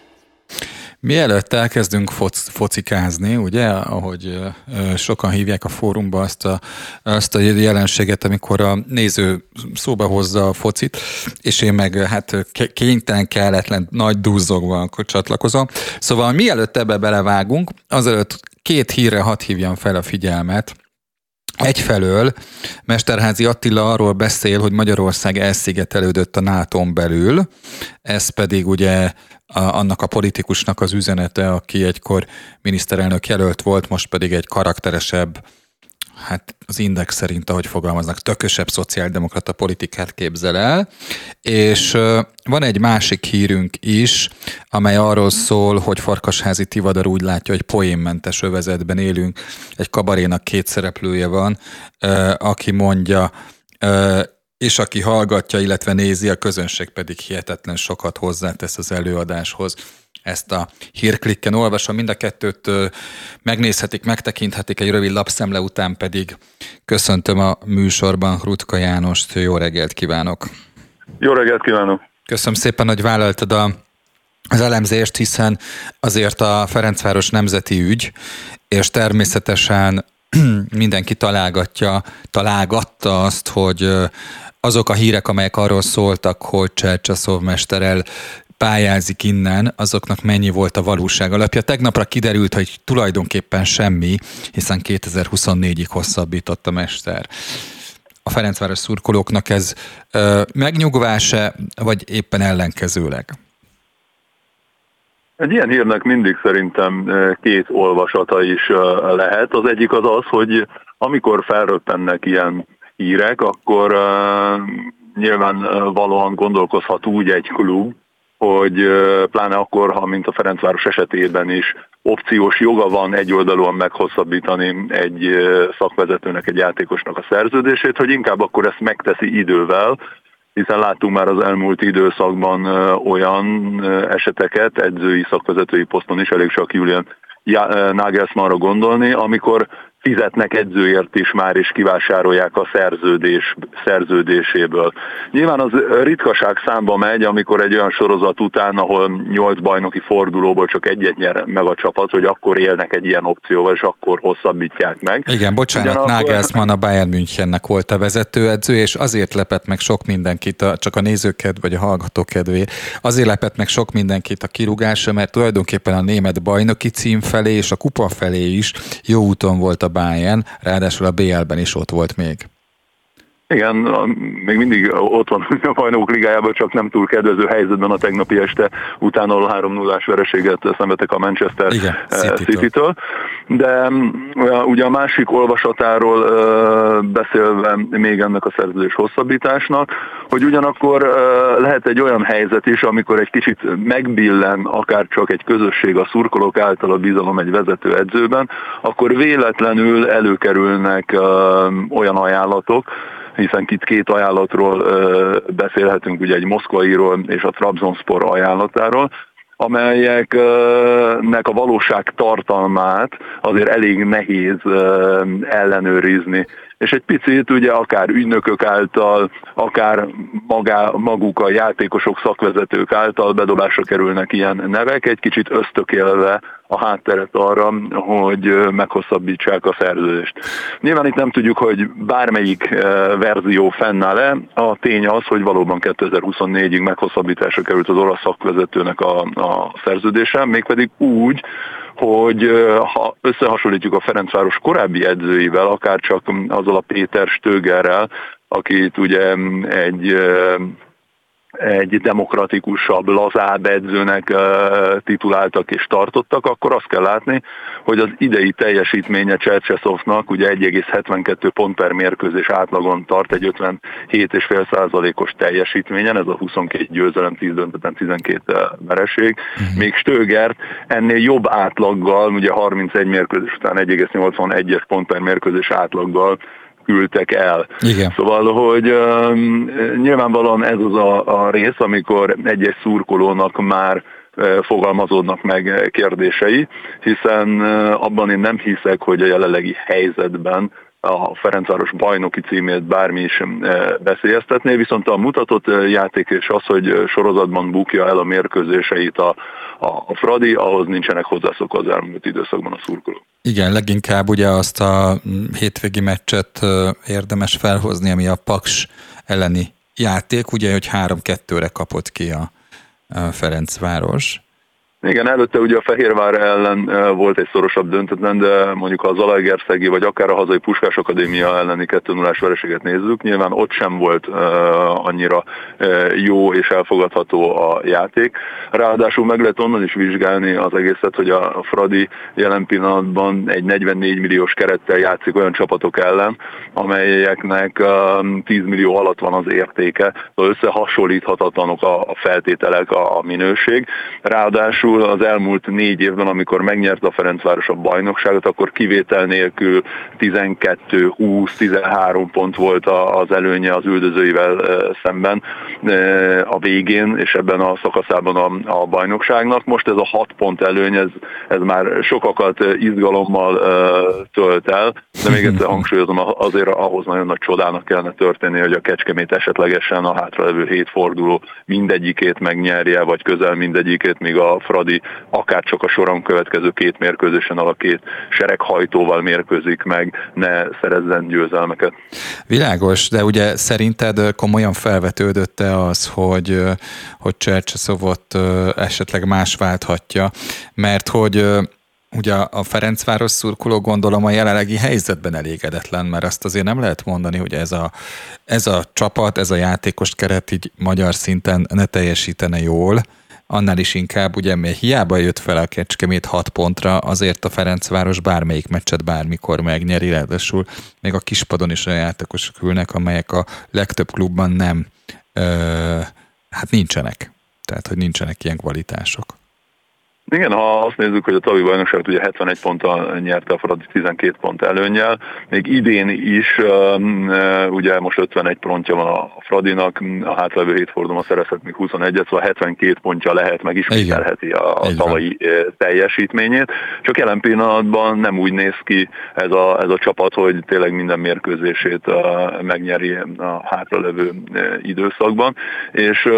Mielőtt elkezdünk foc, focikázni, ugye, ahogy ö, sokan hívják a fórumba azt a, azt a jelenséget, amikor a néző szóba hozza a focit, és én meg hát kénytelen, kelletlen, nagy duzzogva akkor csatlakozom. Szóval mielőtt ebbe belevágunk, azelőtt két hírre hadd hívjam fel a figyelmet. Egyfelől Mesterházy Attila arról beszél, hogy Magyarország elszigetelődött a nátón belül, ez pedig ugye a, annak a politikusnak az üzenete, aki egykor miniszterelnök jelölt volt, most pedig egy karakteresebb, hát az Index szerint, ahogy fogalmaznak, tökösebb szociáldemokrata politikát képzel el, és van egy másik hírünk is, amely arról szól, hogy Farkasházi Tivadar úgy látja, hogy poénmentes övezetben élünk, egy kabarénak két szereplője van, aki mondja, és aki hallgatja, illetve nézi, a közönség pedig hihetetlen sokat hozzátesz az előadáshoz. Ezt a hírklikken olvasom, mind a kettőt megnézhetik, megtekinthetik egy rövid lapszemle után, pedig köszöntöm a műsorban Rutka Jánost, jó reggelt kívánok! Jó reggelt kívánok! Köszönöm szépen, hogy vállaltad a, az elemzést, hiszen azért a Ferencváros nemzeti ügy, és természetesen mindenki találgatja, találgatta azt, hogy azok a hírek, amelyek arról szóltak, hogy Csercseszov mesterrel pályázik innen, azoknak mennyi volt a valóság alapja. Tegnapra kiderült, hogy tulajdonképpen semmi, hiszen kétezer-huszonnégyig hosszabbított a mester. A Ferencváros szurkolóknak ez ö, megnyugvás-e, vagy éppen ellenkezőleg? Egy ilyen hírnek mindig szerintem két olvasata is lehet. Az egyik az az, hogy amikor felröppennek ilyen hírek, akkor uh, nyilvánvalóan gondolkozhat úgy egy klub, hogy pláne akkor, ha mint a Ferencváros esetében is opciós joga van egyoldalúan meghosszabbítani egy szakvezetőnek, egy játékosnak a szerződését, hogy inkább akkor ezt megteszi idővel, hiszen láttunk már az elmúlt időszakban olyan eseteket, edzői, szakvezetői poszton is, elég csak Julian Nagelsmannra gondolni, amikor fizetnek edzőért is már, és kivásárolják a szerződés, szerződéséből. Nyilván az ritkaság számba megy, amikor egy olyan sorozat után, ahol nyolc bajnoki fordulóból csak egyet nyer meg a csapat, hogy akkor élnek egy ilyen opcióval, és akkor hosszabbítják meg. Igen, bocsánat, Ugyanakkor... Nagelsmann a Bayern Münchennek volt a vezetőedző, és azért lepett meg sok mindenkit, a, csak a nézőkedv vagy a hallgató kedvéért, azért lepett meg sok mindenkit a kirúgása, mert tulajdonképpen a német bajnoki cím felé és a kupa felé is jó úton volt a Bayern, ráadásul a bé el-ben is ott volt még. Igen, még mindig ott van a Bajnokok Ligájában, csak nem túl kedvező helyzetben a tegnapi este utána három nullás vereséget szenvedtek a Manchester Igen, City-től. De ugye a másik olvasatáról beszélve még ennek a szerződés hosszabbításnak, hogy ugyanakkor lehet egy olyan helyzet is, amikor egy kicsit megbillen akár csak egy közösség a szurkolók által a bizalom egy vezető edzőben, akkor véletlenül előkerülnek olyan ajánlatok, hiszen itt két ajánlatról ö, beszélhetünk, ugye egy moszkvairól és a Trabzonspor ajánlatáról, amelyeknek a valóság tartalmát azért elég nehéz ö, ellenőrizni. És egy picit ugye akár ügynökök által, akár magá, maguk a játékosok, szakvezetők által bedobásra kerülnek ilyen nevek, egy kicsit ösztökélve a hátteret arra, hogy meghosszabbítsák a szerződést. Nyilván itt nem tudjuk, hogy bármelyik verzió fennáll-e. A tény az, hogy valóban kétezer-huszonnégyig meghosszabbításra került az olasz szakvezetőnek a, a szerződése, mégpedig úgy, hogy ha összehasonlítjuk a Ferencváros korábbi edzőivel, akár csak azzal a Péter Stögerrel, akit ugye egy, egy demokratikusabb, lazább edzőnek tituláltak és tartottak, akkor azt kell látni, hogy az idei teljesítménye Csercseszovnak ugye egy egész hetvenkettő pont per mérkőzés átlagon tart, egy ötvenhét egész öt százalékos teljesítményen, ez a huszonkét győzelem, tíz döntetlen, tizenkét vereség. Uh-huh. Még Stögert ennél jobb átlaggal, ugye harmincegy mérkőzés után egy egész nyolcvanegyes pont per mérkőzés átlaggal küldtek el. Igen. Szóval, hogy um, nyilvánvalóan ez az a, a rész, amikor egy-egy szurkolónak már uh, fogalmazódnak meg kérdései, hiszen uh, abban én nem hiszek, hogy a jelenlegi helyzetben a Ferencváros bajnoki címét bármi is veszélyeztetné, viszont a mutatott játék és az, hogy sorozatban bukja el a mérkőzéseit a, a Fradi, ahhoz nincsenek hozzászokva az elmúlt időszakban a szurkolók. Igen, leginkább ugye azt a hétvégi meccset érdemes felhozni, ami a Paks elleni játék, ugye, hogy három kettőre kapott ki a Ferencváros. Igen, előtte ugye a Fehérvár ellen volt egy szorosabb döntetlen, de mondjuk ha az Zalaegerszegi vagy akár a hazai Puskás Akadémia elleni kettő nullás vereséget nézzük, nyilván ott sem volt uh, annyira uh, jó és elfogadható a játék. Ráadásul meg lehet onnan is vizsgálni az egészet, hogy a Fradi jelen pillanatban egy negyvennégy milliós kerettel játszik olyan csapatok ellen, amelyeknek uh, tíz millió alatt van az értéke, szóval összehasonlíthatatlanok a, a feltételek, a, a minőség. Ráadásul az elmúlt négy évben, amikor megnyerte a Ferencváros a bajnokságot, akkor kivétel nélkül tizenkettő, húsz, tizenhárom pont volt az előnye az üldözőivel szemben a végén, és ebben a szakaszában a, a bajnokságnak. Most ez a hat pont előny, ez, ez már sokakat izgalommal tölt el, de még egyszer hangsúlyozom, azért ahhoz nagyon nagy csodának kellene történni, hogy a Kecskemét esetlegesen a hátralevő hét forduló mindegyikét megnyerje, vagy közel mindegyikét, míg a Fradi akár csak a soron következő két mérkőzésen a két sereghajtóval mérkőzik meg, ne szerezzen győzelmeket. Világos, de ugye szerinted komolyan felvetődött-e az, hogy, hogy Csercseszovot esetleg más válthatja, mert hogy ugye a Ferencváros szurkoló gondolom a jelenlegi helyzetben elégedetlen, mert azt azért nem lehet mondani, hogy ez a, ez a csapat, ez a játékos keret így magyar szinten ne teljesítene jól. Annál is inkább, ugye, mert hiába jött fel a Kecskemét hat pontra, azért a Ferencváros bármelyik meccset bármikor megnyeri, ráadásul még a kispadon is olyan játékosok ülnek, amelyek a legtöbb klubban nem, ö, hát nincsenek. Tehát, hogy nincsenek ilyen kvalitások. Igen, ha azt nézzük, hogy a tavalyi bajnokságot ugye hetvenegy ponttal nyerte a Fradi tizenkét pont előnnyel, még idén is ugye most ötvenegy pontja van a Fradinak, a hátlevő hét fordulóban szerezhet még huszonegyet, szóval hetvenkét pontja lehet, meg ismételheti a, a tavalyi teljesítményét. Csak jelen pillanatban nem úgy néz ki ez a, ez a csapat, hogy tényleg minden mérkőzését megnyeri a hátralevő időszakban, és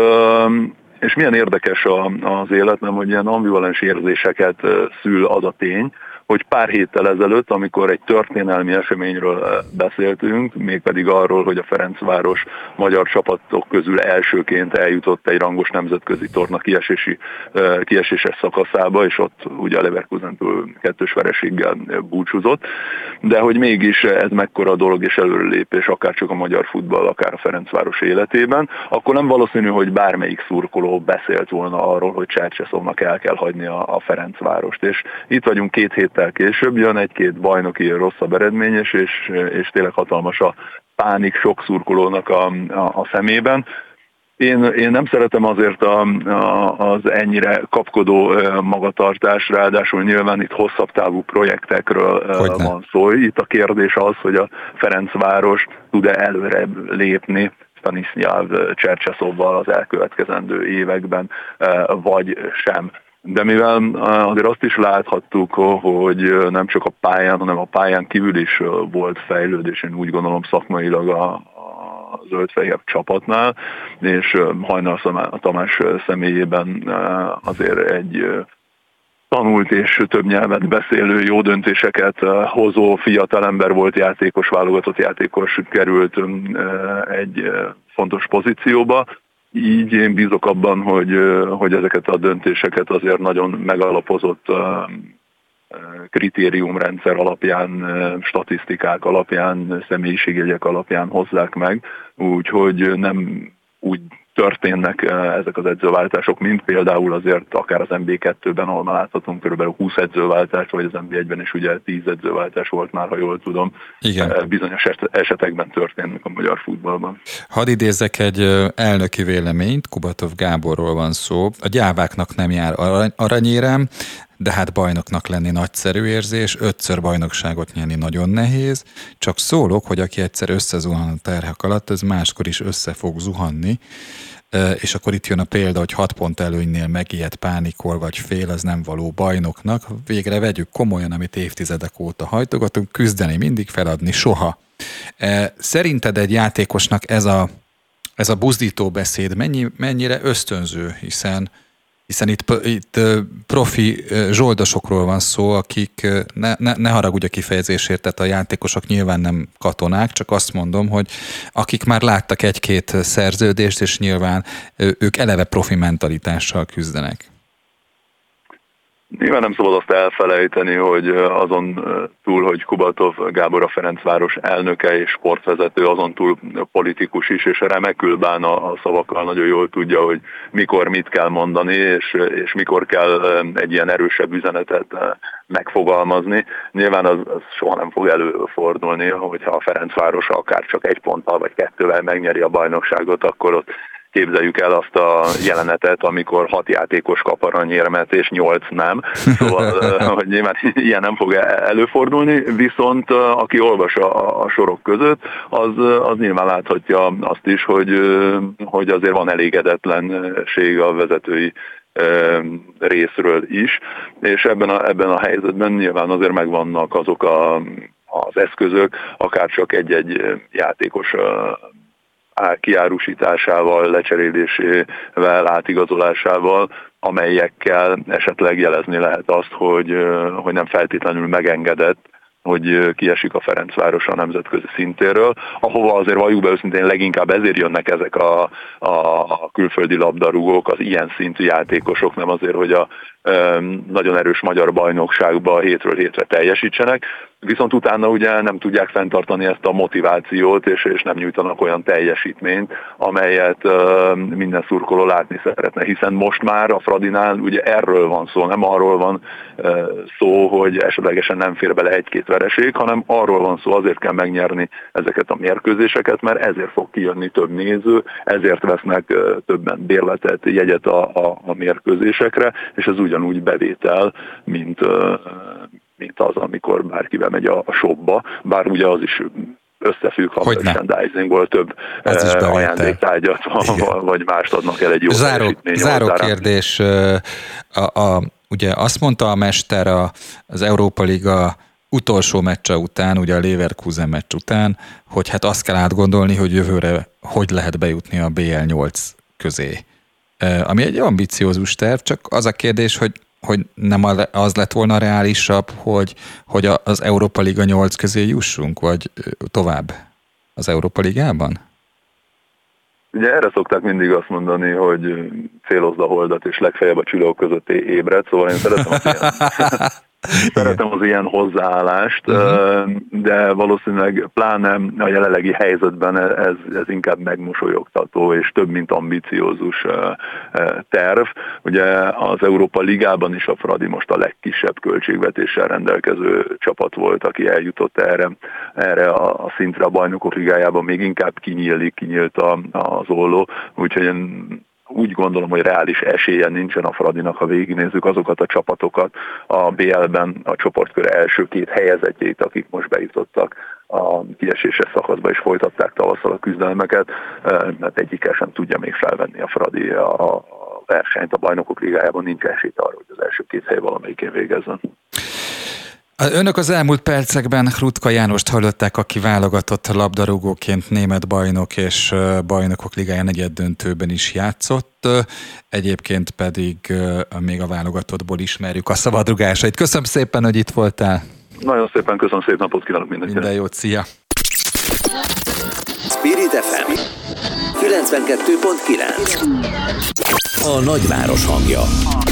És milyen érdekes az élet, nem, hogy ilyen ambivalens érzéseket szül az a tény, hogy pár héttel ezelőtt, amikor egy történelmi eseményről beszéltünk, mégpedig arról, hogy a Ferencváros magyar csapatok közül elsőként eljutott egy rangos nemzetközi torna kiesési, kieséses szakaszába, és ott ugye a Leverkusentől kettős vereséggel búcsúzott, de hogy mégis ez mekkora dolog és előrelépés, akár csak a magyar futball, akár a Ferencváros életében, akkor nem valószínű, hogy bármelyik szurkoló beszélt volna arról, hogy Csercseszovnak el kell hagyni a, a Ferencvárost. És itt vagyunk két hét később, jön egy-két bajnoki rosszabb eredményes, és, és tényleg hatalmas a pánik sok szurkolónak a, a, a szemében. Én, én nem szeretem azért a, a, az ennyire kapkodó magatartás, ráadásul nyilván itt hosszabb távú projektekről Hogyne. van szó. Itt a kérdés az, hogy a Ferencváros tud-e előre lépni Stanislav Csercseszovval az elkövetkezendő években, vagy sem. De mivel azért azt is láthattuk, hogy nem csak a pályán, hanem a pályán kívül is volt fejlődés, én úgy gondolom szakmailag a, a zöld-fehér csapatnál, és Hajnal Tamás személyében azért egy tanult és több nyelvet beszélő, jó döntéseket hozó fiatalember volt, játékos, válogatott játékos került egy fontos pozícióba. Így én bízok abban, hogy, hogy ezeket a döntéseket azért nagyon megalapozott kritériumrendszer alapján, statisztikák alapján, személyiségjegyek alapján hozzák meg, úgyhogy nem úgy történnek ezek az edzőváltások, mint például azért akár az en bé kettőben, ahol már láthatunk körülbelül húsz edzőváltás, vagy az en bé egyben is ugye tíz edzőváltás volt már, ha jól tudom. Igen. Bizonyos esetekben történnek a magyar futballban. Hadd idézzek egy elnöki véleményt, Kubatov Gáborról van szó. A gyáváknak nem jár aranyérem, de hát bajnoknak lenni nagyszerű érzés, ötször bajnokságot nyerni nagyon nehéz, csak szólok, hogy aki egyszer összezuhan a terhek alatt, ez máskor is össze fog zuhanni, és akkor itt jön a példa, hogy hat pont előnynél megijed, pánikol vagy fél, az nem való bajnoknak. Végre vegyük komolyan, amit évtizedek óta hajtogatunk, küzdeni mindig, feladni soha. Szerinted egy játékosnak ez a, ez a buzdító beszéd mennyi, mennyire ösztönző, hiszen hiszen itt, itt profi zsoldosokról van szó, akik, ne, ne, ne haragudj a kifejezésért, tehát a játékosok nyilván nem katonák, csak azt mondom, hogy akik már láttak egy-két szerződést, és nyilván ők eleve profi mentalitással küzdenek. Nyilván nem szabad azt elfelejteni, hogy azon túl, hogy Kubatov Gábor a Ferencváros elnöke és sportvezető, azon túl politikus is, és remekül bán a szavakkal, nagyon jól tudja, hogy mikor mit kell mondani, és, és mikor kell egy ilyen erősebb üzenetet megfogalmazni. Nyilván az, az soha nem fog előfordulni, hogyha a Ferencváros akár csak egy ponttal vagy kettővel megnyeri a bajnokságot, akkor ott képzeljük el azt a jelenetet, amikor hat játékos kap aranyérmet, és nyolc nem. Szóval, hogy nyilván ilyen nem fog előfordulni, viszont aki olvas a, a sorok között, az, az nyilván láthatja azt is, hogy, hogy azért van elégedetlenség a vezetői részről is, és ebben a, ebben a helyzetben nyilván azért megvannak azok a, az eszközök, akár csak egy-egy játékos kiárusításával, lecserélésével, átigazolásával, amelyekkel esetleg jelezni lehet azt, hogy, hogy nem feltétlenül megengedett, hogy kiesik a Ferencváros a nemzetközi szintéről, ahova azért valljuk be őszintén leginkább ezért jönnek ezek a, a külföldi labdarúgók, az ilyen szintű játékosok, nem azért, hogy a nagyon erős magyar bajnokságban hétről hétre teljesítsenek, viszont utána ugye nem tudják fenntartani ezt a motivációt, és, és nem nyújtanak olyan teljesítményt, amelyet uh, minden szurkoló látni szeretne, hiszen most már a Fradinál ugye erről van szó, nem arról van uh, szó, hogy esetlegesen nem fér bele egy-két vereség, hanem arról van szó, azért kell megnyerni ezeket a mérkőzéseket, mert ezért fog kijönni több néző, ezért vesznek uh, többen bérletet, jegyet a, a, a mérkőzésekre, és ez ugyanúgy bevétel, mint uh, mint az, amikor bárki bemegy a, a shopba, bár ugye az is összefügg, ha merchandisingból több ajándéktárgyat vagy mást adnak el egy jó záró, teljesítmény. Záró kérdés, a, a, ugye azt mondta a mester a, az Európa Liga utolsó meccse után, ugye a Leverkusen meccs után, hogy hát azt kell átgondolni, hogy jövőre hogy lehet bejutni a bé el nyolc közé. Ami egy ambiciózus terv, csak az a kérdés, hogy hogy nem az lett volna reálisabb, hogy, hogy az Európa Liga nyolc közé jussunk, vagy tovább az Európa Ligában? Ugye erre szokták mindig azt mondani, hogy célozd a holdat, és legfeljebb a csillagok között ébred, szóval én szeretem az ilyen, szeretem az ilyen hozzáállást, uh-huh. de valószínűleg pláne a jelenlegi helyzetben ez, ez inkább megmosolyogtató, és több, mint ambiciózus terv. Ugye az Európa Ligában is a Fradi most a legkisebb költségvetéssel rendelkező csapat volt, aki eljutott erre, erre a szintre a Bajnokok Ligájában, még inkább kinyílik, kinyílt az olló, úgyhogy én úgy gondolom, hogy reális esélye nincsen a Fradinak, ha végignézzük azokat a csapatokat a bé el-ben, a csoportkör első két helyezettjét, akik most bejutottak a kieséses szakaszba és folytatták tavasszal a küzdelmeket, mert egyikkel sem tudja még felvenni a Fradi a versenyt a Bajnokok Ligájában, nincs esély arra, hogy az első két hely valamelyikén végezzen. Önök az elmúlt percekben Rutka Jánost hallották, aki válogatott labdarúgóként német bajnok és Bajnokok Ligája negyeddöntőben is játszott, egyébként pedig még a válogatottból ismerjük a szabadrugásait. Köszönöm szépen, hogy itt voltál. Nagyon szépen köszönöm, szép napot kívánok mindenkinek. Minden jót, szia! Spirit ef em kilencvenkettő pont kilenc A nagyváros hangja.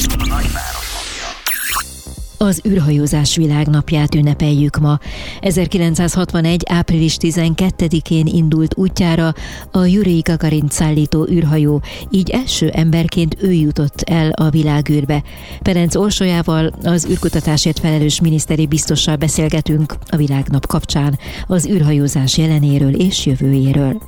Az űrhajózás világnapját ünnepeljük ma. ezerkilencszázhatvanegy. április tizenkettedikén indult útjára a Jurij Gagarint szállító űrhajó, így első emberként ő jutott el a világűrbe. Ferenc Orsolyával, az űrkutatásért felelős miniszteri biztossal beszélgetünk a világnap kapcsán az űrhajózás jelenéről és jövőjéről.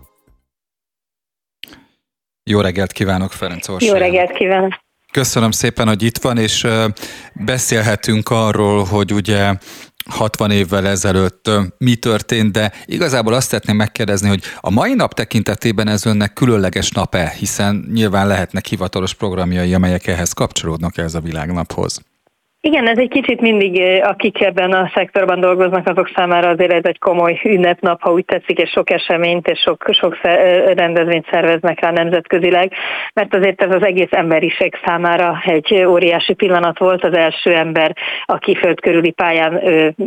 Jó reggelt kívánok, Ferenc Orsoly! Jó reggelt kívánok! Köszönöm szépen, hogy itt van, és beszélhetünk arról, hogy ugye hatvan évvel ezelőtt mi történt, de igazából azt szeretném megkérdezni, hogy a mai nap tekintetében ez önnek különleges nap-e, hiszen nyilván lehetnek hivatalos programjai, amelyek ehhez kapcsolódnak ehhez a világnaphoz. Igen, ez egy kicsit mindig, akik ebben a szektorban dolgoznak, azok számára azért ez egy komoly ünnepnap, ha úgy tetszik, és sok eseményt és sok, sok rendezvényt szerveznek rá nemzetközileg, mert azért ez az egész emberiség számára egy óriási pillanat volt. Az első ember, aki föld körüli pályán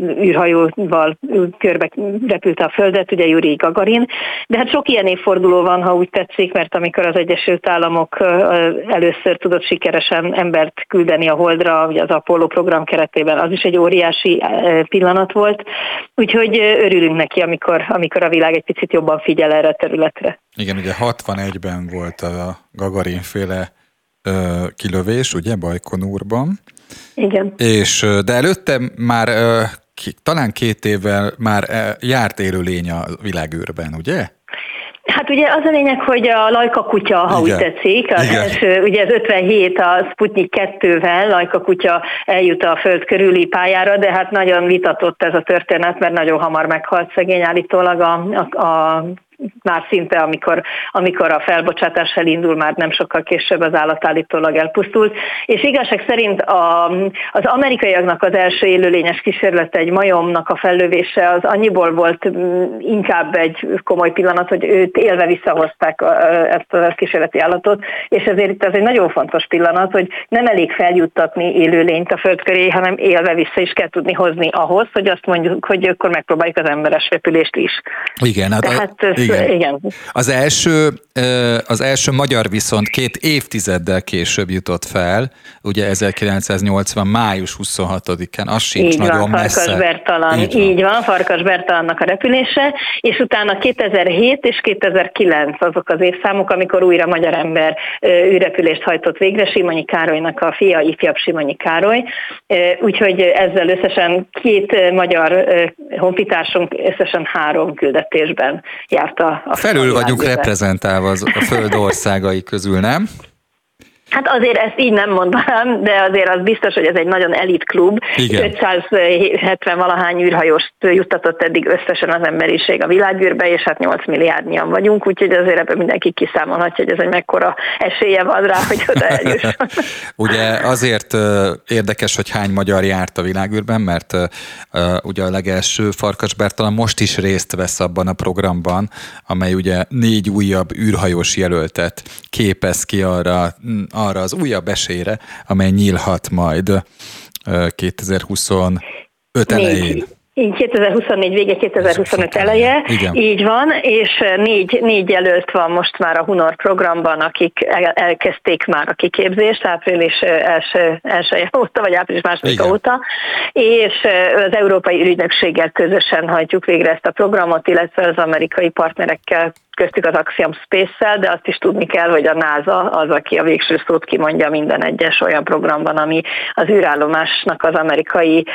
űrhajóval körbe repülte a Földet, ugye Jurij Gagarin, de hát sok ilyen évforduló van, ha úgy tetszik, mert amikor az Egyesült Államok először tudott sikeresen embert küldeni a Holdra, ugye az Apollo program keretében, az is egy óriási pillanat volt, úgyhogy örülünk neki, amikor, amikor a világ egy picit jobban figyel erre a területre. Igen, ugye hatvanegyben volt a Gagarin-féle ö, kilövés, ugye, Bajkonurban. Igen. És, de előtte már ö, ki, talán két évvel már járt élőlény a világűrben, ugye? Hát ugye az a lényeg, hogy a Lajka kutya, ha igen. úgy tetszik, az első, ugye ez ötvenhét a Sputnik kettővel Lajka kutya eljut a föld körüli pályára, de hát nagyon vitatott ez a történet, mert nagyon hamar meghalt szegény állítólag a, a, a már szinte, amikor, amikor a felbocsátás elindul, már nem sokkal később az állat állítólag elpusztult. És igazság szerint a, az amerikaiaknak az első élőlényes kísérlete, egy majomnak a fellövése, az annyiból volt inkább egy komoly pillanat, hogy őt élve visszahozták ezt a kísérleti állatot, és ezért itt ez egy nagyon fontos pillanat, hogy nem elég feljuttatni élőlényt a föld köré, hanem élve vissza is kell tudni hozni ahhoz, hogy azt mondjuk, hogy akkor megpróbáljuk az emberes repülést is. Igen, hát Tehát, a, igen. igen. Az első, az első magyar viszont két évtizeddel később jutott fel, ugye ezerkilencszáznyolcvan. május huszonhatodikán, az sincs így nagyon van, messze. Farkas Bertalan, így van. így van, Farkas Bertalannak a repülése, és utána kétezer-hét és kétezer-kilenc azok az évszámok, amikor újra magyar ember űrrepülést hajtott végre, Simonyi Károlynak a fia, ifjabb Simonyi Károly, úgyhogy ezzel összesen két magyar honfitársunk összesen három küldetésben járt a, a Felül vagyunk reprezentálva a föld országai közül, nem? Hát azért ezt így nem mondanám, de azért az biztos, hogy ez egy nagyon elit klub. Igen. ötszázhetven valahány űrhajóst juttatott eddig összesen az emberiség a világűrbe, és hát nyolc milliárdnyian vagyunk, úgyhogy azért ebben mindenki kiszámolhatja, hogy ez egy mekkora esélye van rá, hogy oda eljusson. Ugye azért érdekes, hogy hány magyar járt a világűrben, mert ugye a legelső Farkas Bertalan most is részt vesz abban a programban, amely ugye négy újabb űrhajós jelöltet képez ki arra, arra az újabb esélyre, amely nyílhat majd kétezer-huszonöt elején. Így kétezer-huszonnégy vége, kétezer-huszonöt eleje, igen. Így van, és négy, négy jelölt van most már a Hunor programban, akik el, elkezdték már a kiképzést április első, első óta, vagy április másodika óta, és az Európai Ügynökséggel közösen hajtjuk végre ezt a programot, illetve az amerikai partnerekkel, köztük az Axiom Space-szel, de azt is tudni kell, hogy a NASA az, aki a végső szót kimondja minden egyes olyan programban, ami az űrállomásnak az amerikai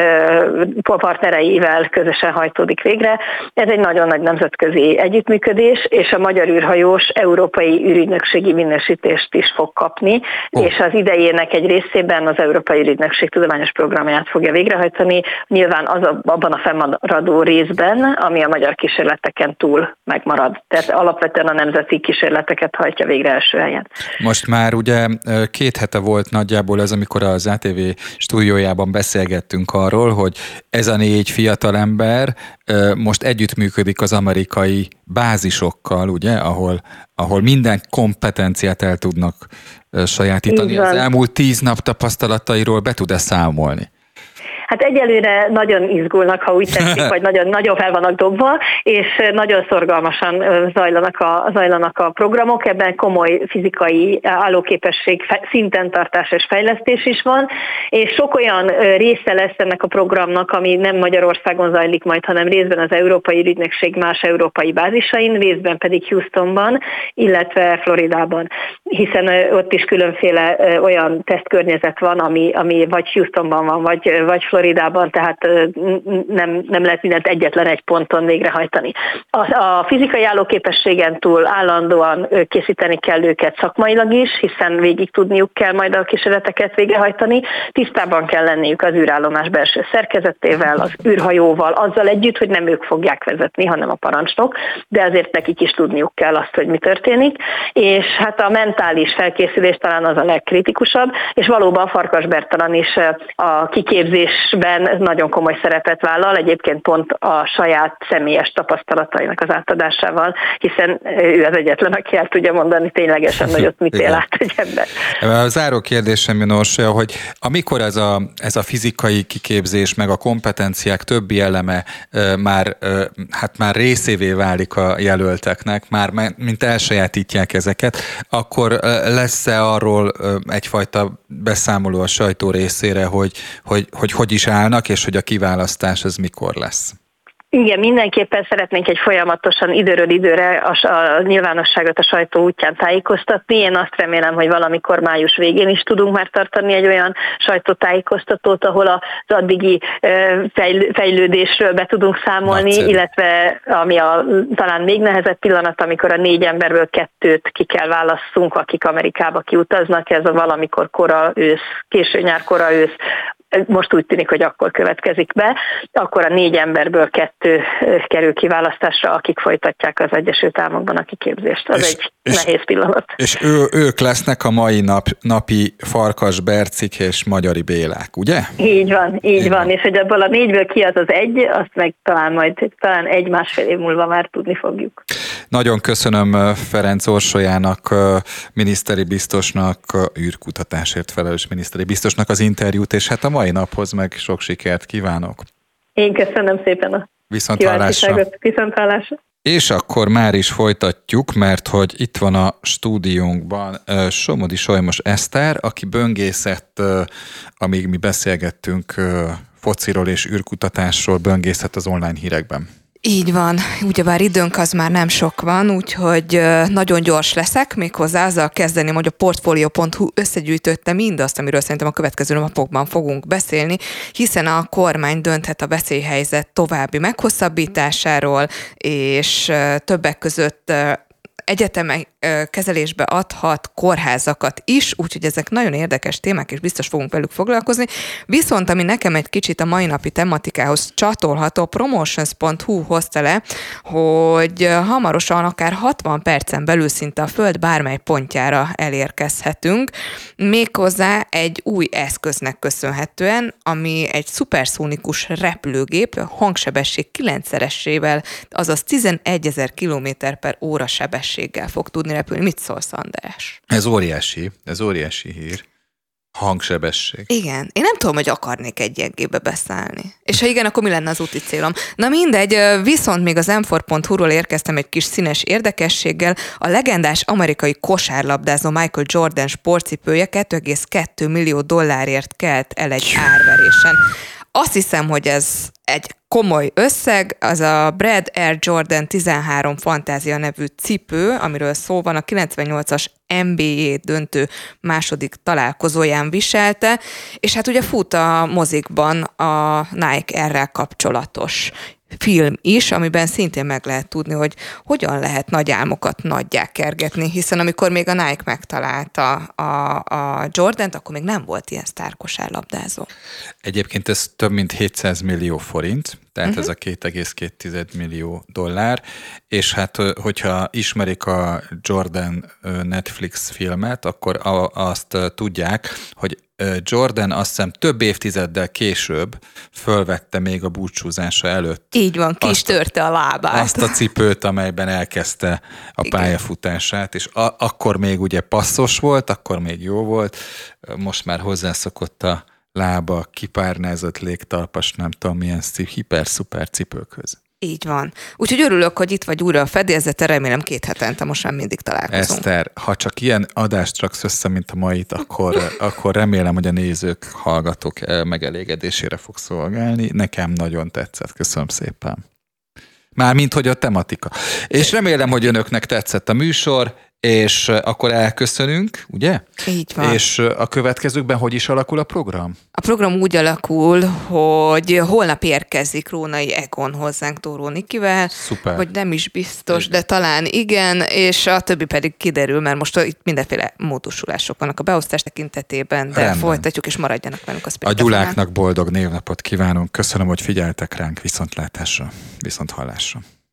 ö, partnereivel közösen hajtódik végre. Ez egy nagyon nagy nemzetközi együttműködés, és a magyar űrhajós európai űrügynökségi minősítést is fog kapni, oh. és az idejének egy részében az Európai Űrügynökség tudományos programját fogja végrehajtani, nyilván az a, abban a fennmaradó részben, ami a magyar kísérleteken túl megmarad. Tehát alapvetően a nemzeti kísérleteket hajtja végre első helyen. Most már ugye két hete volt nagyjából ez, amikor az á té vé stúdiójában beszélgettünk arról, hogy ez a négy fiatalember most együttműködik az amerikai bázisokkal, ugye, ahol, ahol minden kompetenciát el tudnak sajátítani. Az elmúlt tíz nap tapasztalatairól be tud-e számolni? Hát egyelőre nagyon izgulnak, ha úgy tetszik, vagy nagyon, nagyon fel vannak dobva, és nagyon szorgalmasan zajlanak a, zajlanak a programok, ebben komoly fizikai állóképesség, szinten tartás és fejlesztés is van, és sok olyan része lesz ennek a programnak, ami nem Magyarországon zajlik majd, hanem részben az Európai Ügynökség más európai bázisain, részben pedig Houstonban, illetve Floridában, hiszen ott is különféle olyan tesztkörnyezet van, ami, ami vagy Houstonban van, vagy, vagy Floridában, Floridában, tehát nem, nem lehet mindent egyetlen egy ponton végrehajtani. A, a fizikai állóképességen túl állandóan készíteni kell őket szakmailag is, hiszen végig tudniuk kell majd a kísérleteket végrehajtani. Tisztában kell lenniük az űrállomás belső szerkezetével, az űrhajóval, azzal együtt, hogy nem ők fogják vezetni, hanem a parancsnok, de azért nekik is tudniuk kell azt, hogy mi történik. És hát a mentális felkészülés talán az a legkritikusabb, és valóban Farkas Bertalan is a kiképzésben nagyon komoly szerepet vállal, egyébként pont a saját személyes tapasztalatainak az átadásával, hiszen ő az egyetlen, aki el tudja mondani ténylegesen, hogy ott mit él át egy ember. A záró kérdésem, Orsolya, hogy amikor ez a, ez a fizikai kiképzés, meg a kompetenciák többi eleme már, hát már részévé válik a jelölteknek, már mint elsajátítják ezeket, akkor lesz-e arról egyfajta beszámoló a sajtó részére, hogy hogy, hogy hogy is állnak, és hogy a kiválasztás ez mikor lesz? Igen, mindenképpen szeretnénk egy folyamatosan időről időre a, a nyilvánosságot a sajtó útján tájékoztatni. Én azt remélem, hogy valamikor május végén is tudunk már tartani egy olyan sajtótájékoztatót, ahol az addigi fejlődésről be tudunk számolni, Nagyszerű. Illetve ami a talán még nehezebb pillanat, amikor a négy emberből kettőt ki kell válasszunk, akik Amerikába kiutaznak, ez a valamikor kora ősz, késő nyár, kora ősz, most úgy tűnik, hogy akkor következik be, akkor a négy emberből kettő kerül kiválasztásra, akik folytatják az Egyesült Államokban a kiképzést. Az és, egy és, nehéz pillanat. És ő, ők lesznek a mai nap, napi Farkas Bercik és Magyari Bélák, ugye? Így van, így, így van. van. És hogy ebből a négyből ki az az egy, azt meg talán majd talán egy-másfél év múlva már tudni fogjuk. Nagyon köszönöm Ferenc Orsolyának, miniszteri biztosnak, űrkutatásért felelős miniszteri biztosnak az interjút, és hát a mai naphoz meg sok sikert kívánok. Én köszönöm szépen a Viszonthallásra. Viszonthallásra. És akkor már is folytatjuk, mert hogy itt van a stúdiónkban Somodi Solymos Eszter, aki böngészett, amíg mi beszélgettünk fociról és űrkutatásról, böngészett az online hírekben. Így van, ugyebár időnk az már nem sok van, úgyhogy nagyon gyors leszek, méghozzá azzal kezdeném, hogy a portfolio pont hu összegyűjtötte mindazt, amiről szerintem a következő napokban fogunk beszélni, hiszen a kormány dönthet a veszélyhelyzet további meghosszabbításáról, és többek között egyetemek kezelésbe adhat kórházakat is, úgyhogy ezek nagyon érdekes témák, és biztos fogunk velük foglalkozni. Viszont, ami nekem egy kicsit a mai napi tematikához csatolható, promotions pont hu hozta le, hogy hamarosan akár hatvan percen belül szinte a Föld bármely pontjára elérkezhetünk, méghozzá egy új eszköznek köszönhetően, ami egy szuperszónikus repülőgép hangsebesség kilencszeresével, azaz tizenegyezer kilométer per óra sebességgel fog tudni repülni. Mit szólsz, András? Ez óriási, ez óriási hír. Hangsebesség. Igen. Én nem tudom, hogy akarnék egy ilyenkébe beszállni. És ha igen, akkor mi lenne az úti célom? Na mindegy, viszont még az em négy pont hu-ról érkeztem egy kis színes érdekességgel. A legendás amerikai kosárlabdázó Michael Jordan sportcipője két egész két millió dollárért kelt el egy árverésen. Azt hiszem, hogy ez egy komoly összeg, az a Brad Air Jordan tizenhárom Fantázia nevű cipő, amiről szó van, a kilencvennyolcas en bé á döntő második találkozóján viselte, és hát ugye fut a mozikban a Nike Airrel kapcsolatos film is, amiben szintén meg lehet tudni, hogy hogyan lehet nagy álmokat nagyjá kergetni, hiszen amikor még a Nike megtalálta a, a Jordant, akkor még nem volt ilyen sztárkosárlabdázó. Egyébként ez több mint hétszáz millió forint, tehát uh-huh. ez a két egész két millió dollár, és hát hogyha ismerik a Jordan Netflix filmet, akkor azt tudják, hogy Jordan azt hiszem több évtizeddel később fölvette még a búcsúzása előtt. Így van, ki is törte a lábát. Azt a cipőt, amelyben elkezdte a Igen. pályafutását, és a- akkor még ugye passzos volt, akkor még jó volt, most már hozzászokott a lába, kipárnázott légtalpas, nem tudom milyen hiper-szuper cipőkhöz. Így van. Úgyhogy örülök, hogy itt vagy újra a fedélzete, remélem két hetente most már mindig találkozunk. Eszter, ha csak ilyen adást raksz össze, mint a mait, akkor, akkor remélem, hogy a nézők, hallgatók megelégedésére fog szolgálni. Nekem nagyon tetszett. Köszönöm szépen. Mármint, hogy a tematika. És remélem, hogy önöknek tetszett a műsor, És akkor elköszönünk, ugye? Így van. És a következőkben hogy is alakul a program? A program úgy alakul, hogy holnap érkezik Rónai Egon hozzánk Tóró Nikivel, Szuper. vagy nem is biztos, de talán igen, és a többi pedig kiderül, mert most itt mindenféle módosulások vannak a beosztás tekintetében, de Rendben. folytatjuk, és maradjanak velünk a Spirit A Gyuláknak boldog névnapot kívánunk. Köszönöm, hogy figyeltek ránk. Viszontlátásra, viszont hallásra.